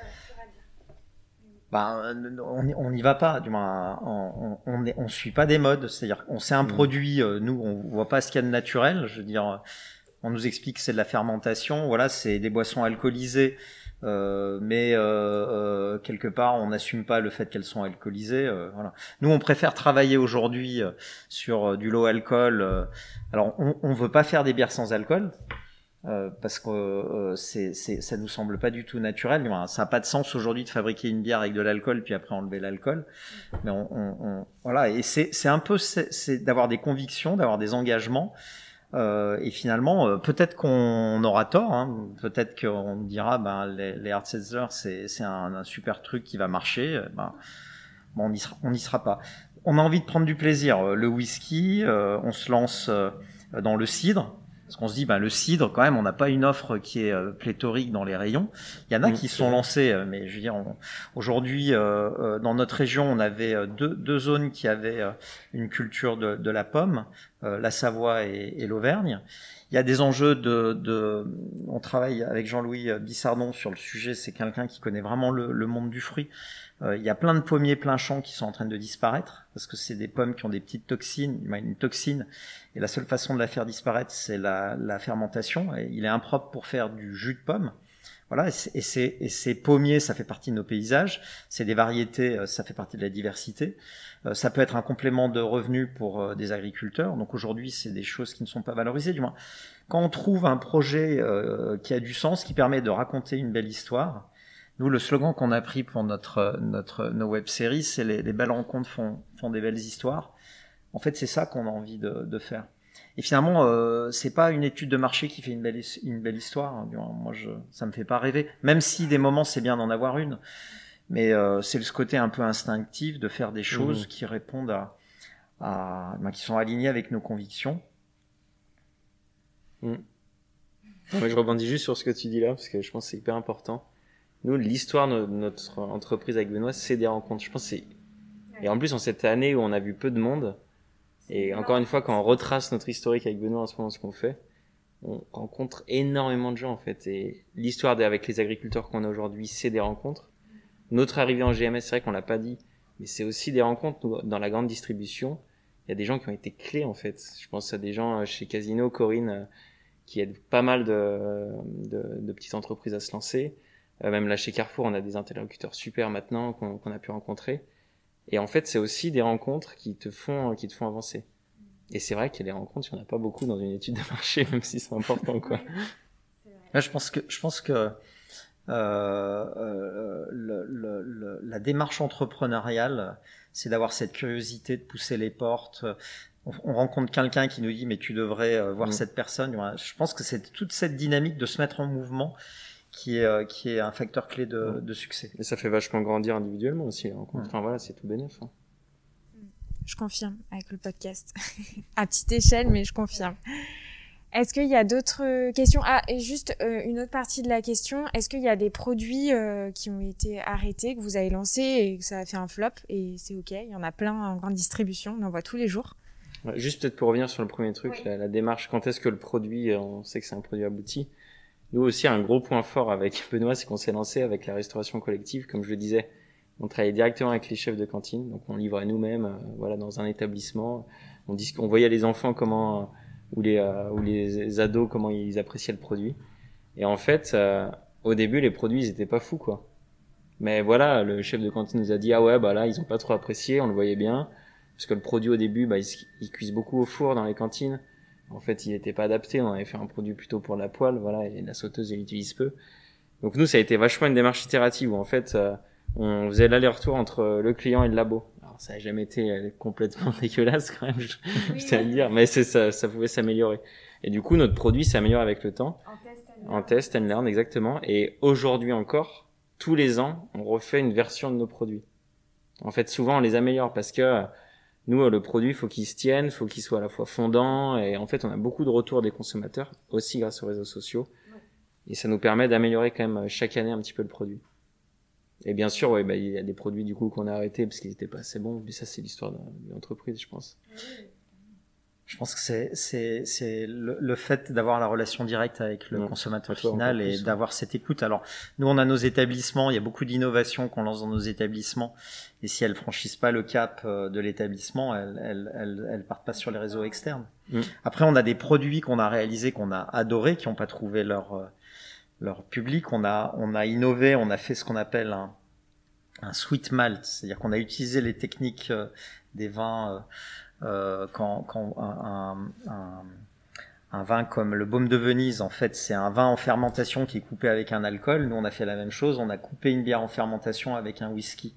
Bah, on n'y va pas, du moins, on, on, on, est, on suit pas des modes, c'est-à-dire qu'on sait un mmh. produit, euh, nous on voit pas ce qu'il y a de naturel, je veux dire, on nous explique que c'est de la fermentation, voilà, c'est des boissons alcoolisées, euh, mais euh, euh, quelque part on n'assume pas le fait qu'elles sont alcoolisées, euh, voilà. Nous on préfère travailler aujourd'hui euh, sur euh, du low alcool, euh, alors on, on veut pas faire des bières sans alcool. Euh, parce que euh, c'est, c'est, ça nous semble pas du tout naturel. Ça n'a pas de sens aujourd'hui de fabriquer une bière avec de l'alcool puis après enlever l'alcool. Mais on, on, on voilà, et c'est, c'est un peu c'est, c'est d'avoir des convictions, d'avoir des engagements. Euh, et finalement, euh, peut-être qu'on aura tort. Hein, peut-être qu'on dira, ben les, les hard seltzers, c'est, c'est un, un super truc qui va marcher. Ben, bon, on n'y sera, on n'y sera pas. On a envie de prendre du plaisir. Le whisky, euh, on se lance euh, dans le cidre. Parce qu'on se dit, ben, le cidre, quand même, on n'a pas une offre qui est euh, pléthorique dans les rayons. Il y en a mmh, qui se sont lancés, euh, mais je veux dire, on, aujourd'hui, euh, euh, dans notre région, on avait euh, deux, deux zones qui avaient euh, une culture de, de la pomme, euh, la Savoie et, et l'Auvergne. Il y a des enjeux de, de, on travaille avec Jean-Louis Bissardon sur le sujet. C'est quelqu'un qui connaît vraiment le, le monde du fruit. Euh, il y a plein de pommiers plein champ qui sont en train de disparaître parce que c'est des pommes qui ont des petites toxines, une toxine, et la seule façon de la faire disparaître, c'est la, la fermentation. Et il est impropre pour faire du jus de pomme. Voilà, et, c'est, et, c'est, et ces pommiers, ça fait partie de nos paysages. C'est des variétés, ça fait partie de la diversité. Euh, ça peut être un complément de revenus pour euh, des agriculteurs. Donc aujourd'hui, c'est des choses qui ne sont pas valorisées, du moins. Quand on trouve un projet euh, qui a du sens, qui permet de raconter une belle histoire. Nous, le slogan qu'on a pris pour notre, notre, nos web-séries, c'est les, les belles rencontres font, font des belles histoires. En fait, c'est ça qu'on a envie de, de faire. Et finalement, euh, c'est pas une étude de marché qui fait une belle, une belle histoire. Hein. Moi, je, ça me fait pas rêver. Même si des moments, c'est bien d'en avoir une. Mais euh, c'est ce côté un peu instinctif de faire des choses mmh. qui répondent à, à ben, qui sont alignées avec nos convictions. Mmh. Moi, je rebondis juste sur ce que tu dis là, parce que je pense que c'est hyper important. Nous, l'histoire de notre entreprise avec Benoît, c'est des rencontres. Je pense que c'est... Et en plus, en cette année où on a vu peu de monde, et encore une fois, quand on retrace notre historique avec Benoît en ce moment, ce qu'on fait, on rencontre énormément de gens, en fait. Et l'histoire avec les agriculteurs qu'on a aujourd'hui, c'est des rencontres. Notre arrivée en G M S, c'est vrai qu'on l'a pas dit, mais c'est aussi des rencontres. Dans la grande distribution, il y a des gens qui ont été clés, en fait. Je pense à des gens chez Casino, Corinne, qui aident pas mal de, de, de petites entreprises à se lancer. Euh, même là chez Carrefour, on a des interlocuteurs super maintenant qu'on, qu'on a pu rencontrer. Et en fait, c'est aussi des rencontres qui te font, qui te font avancer. Et c'est vrai qu'il y a des rencontres, il n'y en a pas beaucoup dans une étude de marché, même si c'est important, quoi. Là, je pense que, je pense que euh, euh, le, le, le, la démarche entrepreneuriale, c'est d'avoir cette curiosité de pousser les portes. On, on rencontre quelqu'un qui nous dit, mais tu devrais euh, voir mmh. cette personne. Je pense que c'est toute cette dynamique de se mettre en mouvement qui est euh, qui est un facteur clé de, ouais. de succès. Et ça fait vachement grandir individuellement aussi. Hein. Enfin voilà, c'est tout bénef. Hein. Je confirme avec le podcast. À petite échelle, mais je confirme. Est-ce qu'il y a d'autres questions? Ah, et juste euh, une autre partie de la question. Est-ce qu'il y a des produits euh, qui ont été arrêtés, que vous avez lancés et que ça a fait un flop et c'est ok? Il y en a plein en grande distribution, on en voit tous les jours. Ouais, juste peut-être pour revenir sur le premier truc, Oui. la, la démarche, quand est-ce que le produit, on sait que c'est un produit abouti. Nous aussi, un gros point fort avec Benoît, c'est qu'on s'est lancé avec la restauration collective, comme je le disais. On travaillait directement avec les chefs de cantine, donc on livrait nous-mêmes, euh, voilà, dans un établissement. On dit qu'on voyait les enfants comment, euh, ou les euh, ou les ados comment ils appréciaient le produit. Et en fait, euh, au début, les produits ils étaient pas fous, quoi. Mais voilà, le chef de cantine nous a dit ah ouais bah là ils ont pas trop apprécié, on le voyait bien, parce que le produit au début, bah ils, ils cuisent beaucoup au four dans les cantines. En fait, il était pas adapté. On avait fait un produit plutôt pour la poêle, voilà, et la sauteuse elle utilise peu. Donc nous, ça a été vachement une démarche itérative où en fait, euh, on faisait l'aller-retour entre le client et le labo. Alors ça a jamais été euh, complètement dégueulasse quand même, je, Oui, je tiens à le dire, mais c'est ça, ça pouvait s'améliorer. Et du coup, notre produit s'améliore avec le temps. En test and En test and learn, exactement. Et aujourd'hui encore, tous les ans, on refait une version de nos produits. En fait, souvent, on les améliore parce que nous, le produit, il faut qu'il se tienne, il faut qu'il soit à la fois fondant. Et en fait, on a beaucoup de retours des consommateurs, aussi grâce aux réseaux sociaux. Ouais. Et ça nous permet d'améliorer quand même chaque année un petit peu le produit. Et bien sûr, ouais, bah, il y a des produits du coup qu'on a arrêtés parce qu'ils n'étaient pas assez bons. Mais ça, c'est l'histoire de l'entreprise, je pense. Oui. Je pense que c'est c'est c'est le, le fait d'avoir la relation directe avec le Ouais. consommateur Toi, final encore et plus, ouais. d'avoir cette écoute. Alors nous on a nos établissements, il y a beaucoup d'innovations qu'on lance dans nos établissements et si elles franchissent pas le cap euh, de l'établissement, elles elles elles, elles partent pas sur les réseaux externes. Mm. Après on a des produits qu'on a réalisés, qu'on a adorés, qui n'ont pas trouvé leur euh, leur public. On a on a innové, on a fait ce qu'on appelle un un sweet malt, c'est-à-dire qu'on a utilisé les techniques euh, des vins. Euh, Euh, quand, quand un, un, un vin comme le Baume de Venise, en fait, c'est un vin en fermentation qui est coupé avec un alcool. Nous, on a fait la même chose. On a coupé une bière en fermentation avec un whisky.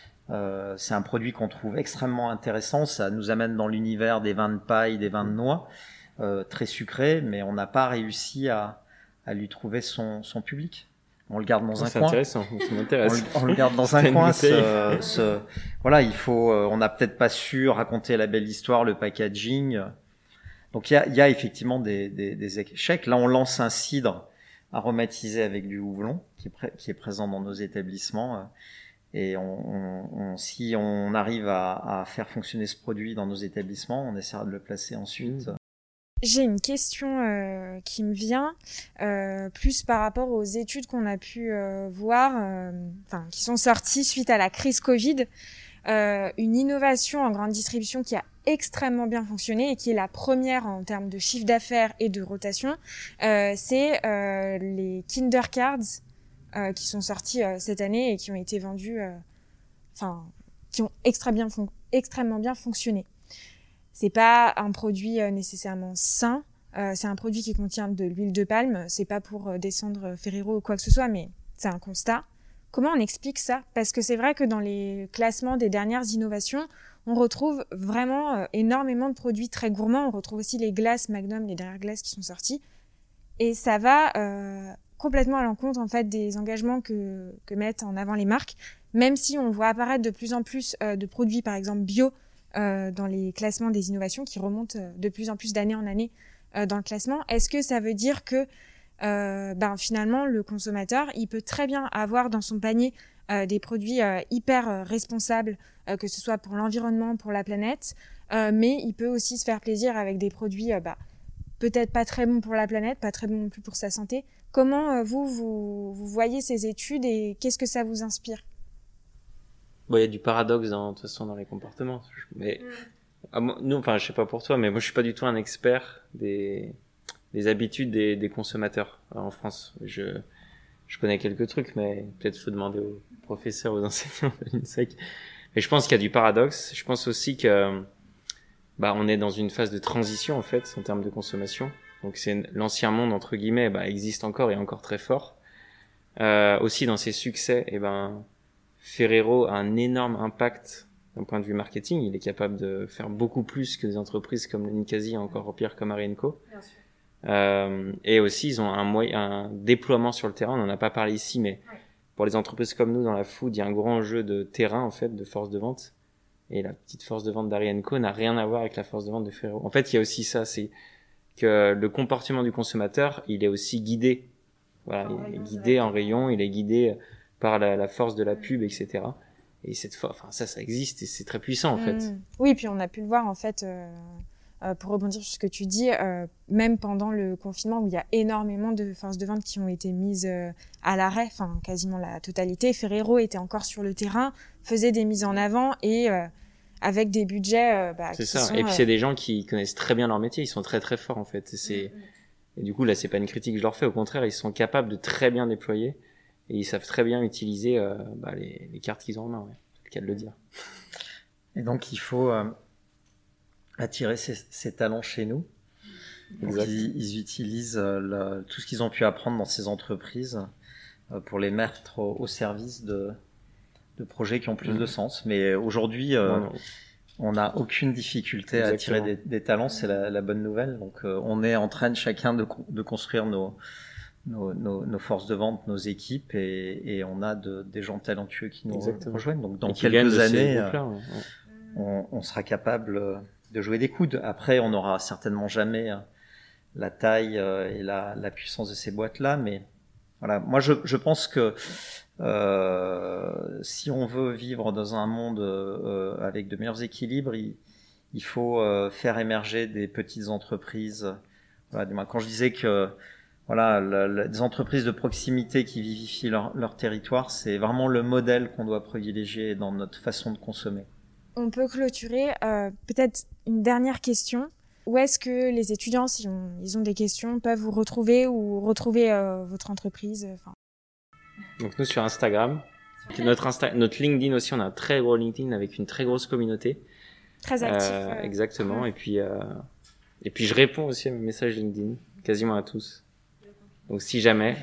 Euh, c'est un produit qu'on trouve extrêmement intéressant. Ça nous amène dans l'univers des vins de paille, des vins de noix, euh, très sucrés, mais on n'a pas réussi à, à lui trouver son, son public. On le garde dans un C'est coin. intéressant, ça On, m'intéresse. le- on le garde dans C'est un une coin. bouteille. Ce, ce- voilà, il faut. euh, On n'a peut-être pas su raconter la belle histoire, le packaging. Donc il y a, il y a effectivement des, des, des échecs. Là, on lance un cidre aromatisé avec du houblon qui est, pré- qui est présent dans nos établissements. euh, Et on, on, on- si on arrive à, à faire fonctionner ce produit dans nos établissements, on essaiera de le placer ensuite. Mmh. J'ai une question euh, qui me vient, euh, plus par rapport aux études qu'on a pu euh, voir, euh, enfin qui sont sorties suite à la crise Covid. Euh, une innovation en grande distribution qui a extrêmement bien fonctionné et qui est la première en termes de chiffre d'affaires et de rotation, euh, c'est euh, les Kinder Cards euh, qui sont sortis euh, cette année et qui ont été vendus, euh, enfin qui ont extra bien fon- extrêmement bien fonctionné. C'est pas un produit euh, nécessairement sain. Euh, c'est un produit qui contient de l'huile de palme. C'est pas pour euh, descendre Ferrero ou quoi que ce soit, mais c'est un constat. Comment on explique ça ? Parce que c'est vrai que dans les classements des dernières innovations, on retrouve vraiment euh, énormément de produits très gourmands. On retrouve aussi les glaces Magnum, les dernières glaces qui sont sorties. Et ça va euh, complètement à l'encontre en fait des engagements que, que mettent en avant les marques. Même si on voit apparaître de plus en plus euh, de produits, par exemple bio, Euh, dans les classements des innovations qui remontent euh, de plus en plus d'année en année euh, dans le classement. Est-ce que ça veut dire que euh, ben, finalement le consommateur il peut très bien avoir dans son panier euh, des produits euh, hyper euh, responsables, euh, que ce soit pour l'environnement, pour la planète, euh, mais il peut aussi se faire plaisir avec des produits euh, bah, peut-être pas très bons pour la planète, pas très bons non plus pour sa santé. Comment euh, vous, vous, vous voyez ces études et qu'est-ce que ça vous inspire ? Bon, il y a du paradoxe dans, de toute façon dans les comportements. Mais à moi, nous, enfin, je sais pas pour toi, mais moi, je suis pas du tout un expert des des habitudes des, des consommateurs euh, en France. Je je connais quelques trucs, mais peut-être faut demander aux professeurs, aux enseignants de l'INSEC. Mais je pense qu'il y a du paradoxe. Je pense aussi que bah on est dans une phase de transition en fait en termes de consommation. Donc c'est l'ancien monde entre guillemets, bah existe encore et encore très fort. Euh, aussi dans ses succès, et ben Ferrero a un énorme impact d'un point de vue marketing. Il est capable de faire beaucoup plus que des entreprises comme le Ninkasi, encore pire comme Arenco. Bien sûr. Euh, et aussi, ils ont un moyen, un déploiement sur le terrain. On n'en a pas parlé ici, mais Ouais. pour les entreprises comme nous dans la food, il y a un grand enjeu de terrain, en fait, de force de vente. Et la petite force de vente d'Arenco n'a rien à voir avec la force de vente de Ferrero. En fait, il y a aussi ça, c'est que le comportement du consommateur, il est aussi guidé. Voilà, En il est rayon guidé directement. en rayon, il est guidé par la, la force de la pub, et cetera. Et cette force, enfin, ça, ça existe et c'est très puissant, en fait. Mmh. Oui, puis on a pu le voir en fait euh, euh, pour rebondir sur ce que tu dis, euh, même pendant le confinement où il y a énormément de forces de vente qui ont été mises euh, à l'arrêt, enfin quasiment la totalité, Ferrero était encore sur le terrain, faisait des mises en avant et euh, avec des budgets euh, bah, c'est qui ça. sont... Et puis euh, c'est des gens qui connaissent très bien leur métier, ils sont très très forts en fait. Et, c'est... et du coup là c'est pas une critique que je leur fais, au contraire ils sont capables de très bien déployer et ils savent très bien utiliser euh, bah, les, les cartes qu'ils ont en main, ouais. C'est le cas de le dire. Et donc il faut euh, attirer ces, ces talents chez nous. Donc, ils, ils utilisent euh, le, tout ce qu'ils ont pu apprendre dans ces entreprises euh, pour les mettre au, au service de, de projets qui ont plus mmh. de sens. Mais aujourd'hui, euh, non, non. on n'a aucune difficulté Exactement. à attirer des, des talents, c'est la, la bonne nouvelle. Donc euh, on est en train de chacun de, de construire nos, nos, nos, nos forces de vente, nos équipes, et, et on a de, des gens talentueux qui nous Exactement. rejoignent. Donc dans quelques années, euh, ouais. on, on sera capable de jouer des coudes. Après, on n'aura certainement jamais la taille et la, la puissance de ces boîtes-là, mais voilà. Moi, je, je pense que euh, si on veut vivre dans un monde euh, avec de meilleurs équilibres, il, il faut euh, faire émerger des petites entreprises. Voilà. Quand je disais que voilà, la, la, des entreprises de proximité qui vivifient leur, leur territoire, c'est vraiment le modèle qu'on doit privilégier dans notre façon de consommer. On peut clôturer. Euh, peut-être une dernière question. Où est-ce que les étudiants, si on, ils ont des questions, peuvent vous retrouver ou retrouver euh, votre entreprise enfin... Donc nous sur Instagram, notre, Insta- notre LinkedIn aussi, on a un très gros LinkedIn avec une très grosse communauté. Très actif. Euh, euh... Exactement. Ouais. Et puis euh... et puis je réponds aussi à mes messages LinkedIn, quasiment à tous. Donc si jamais,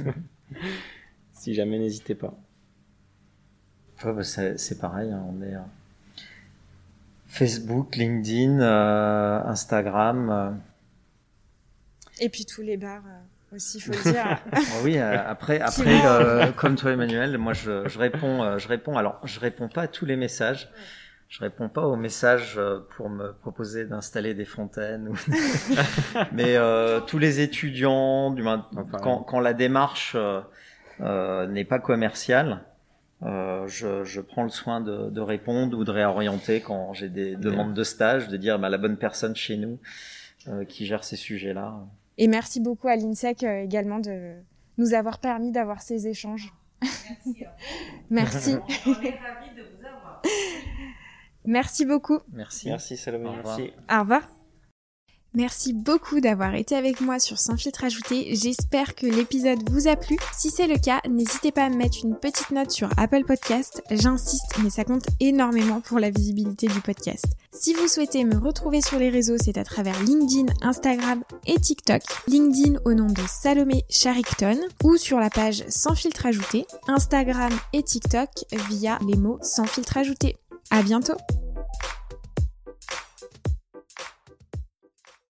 si jamais, n'hésitez pas. Ouais, bah c'est, c'est pareil, hein, on est euh, Facebook, LinkedIn, euh, Instagram. Euh... Et puis tous les bars euh, aussi, il faut le dire. Oui, euh, après, après, euh, comme toi, Emmanuel, moi je, je réponds, euh, je réponds. Alors, je réponds pas à tous les messages. Je réponds pas aux messages pour me proposer d'installer des fontaines, ou... mais euh, tous les étudiants, du enfin, quand, quand la démarche euh, euh, n'est pas commerciale, euh, je, je prends le soin de, de répondre ou de réorienter quand j'ai des demandes de stage, de dire bah, la bonne personne chez nous euh, qui gère ces sujets-là. Et merci beaucoup à l'INSEC euh, également de nous avoir permis d'avoir ces échanges. Merci. Merci. On est ravis de vous avoir. Merci beaucoup. Merci. Merci Salomé. Merci. Au revoir. Merci beaucoup d'avoir été avec moi sur Sans Filtre Ajouté. J'espère que l'épisode vous a plu. Si c'est le cas, n'hésitez pas à me mettre une petite note sur Apple Podcast. J'insiste, mais ça compte énormément pour la visibilité du podcast. Si vous souhaitez me retrouver sur les réseaux, c'est à travers LinkedIn, Instagram et TikTok. LinkedIn au nom de Salomé Charicton ou sur la page Sans Filtre Ajouté. Instagram et TikTok via les mots Sans Filtre Ajouté. À bientôt!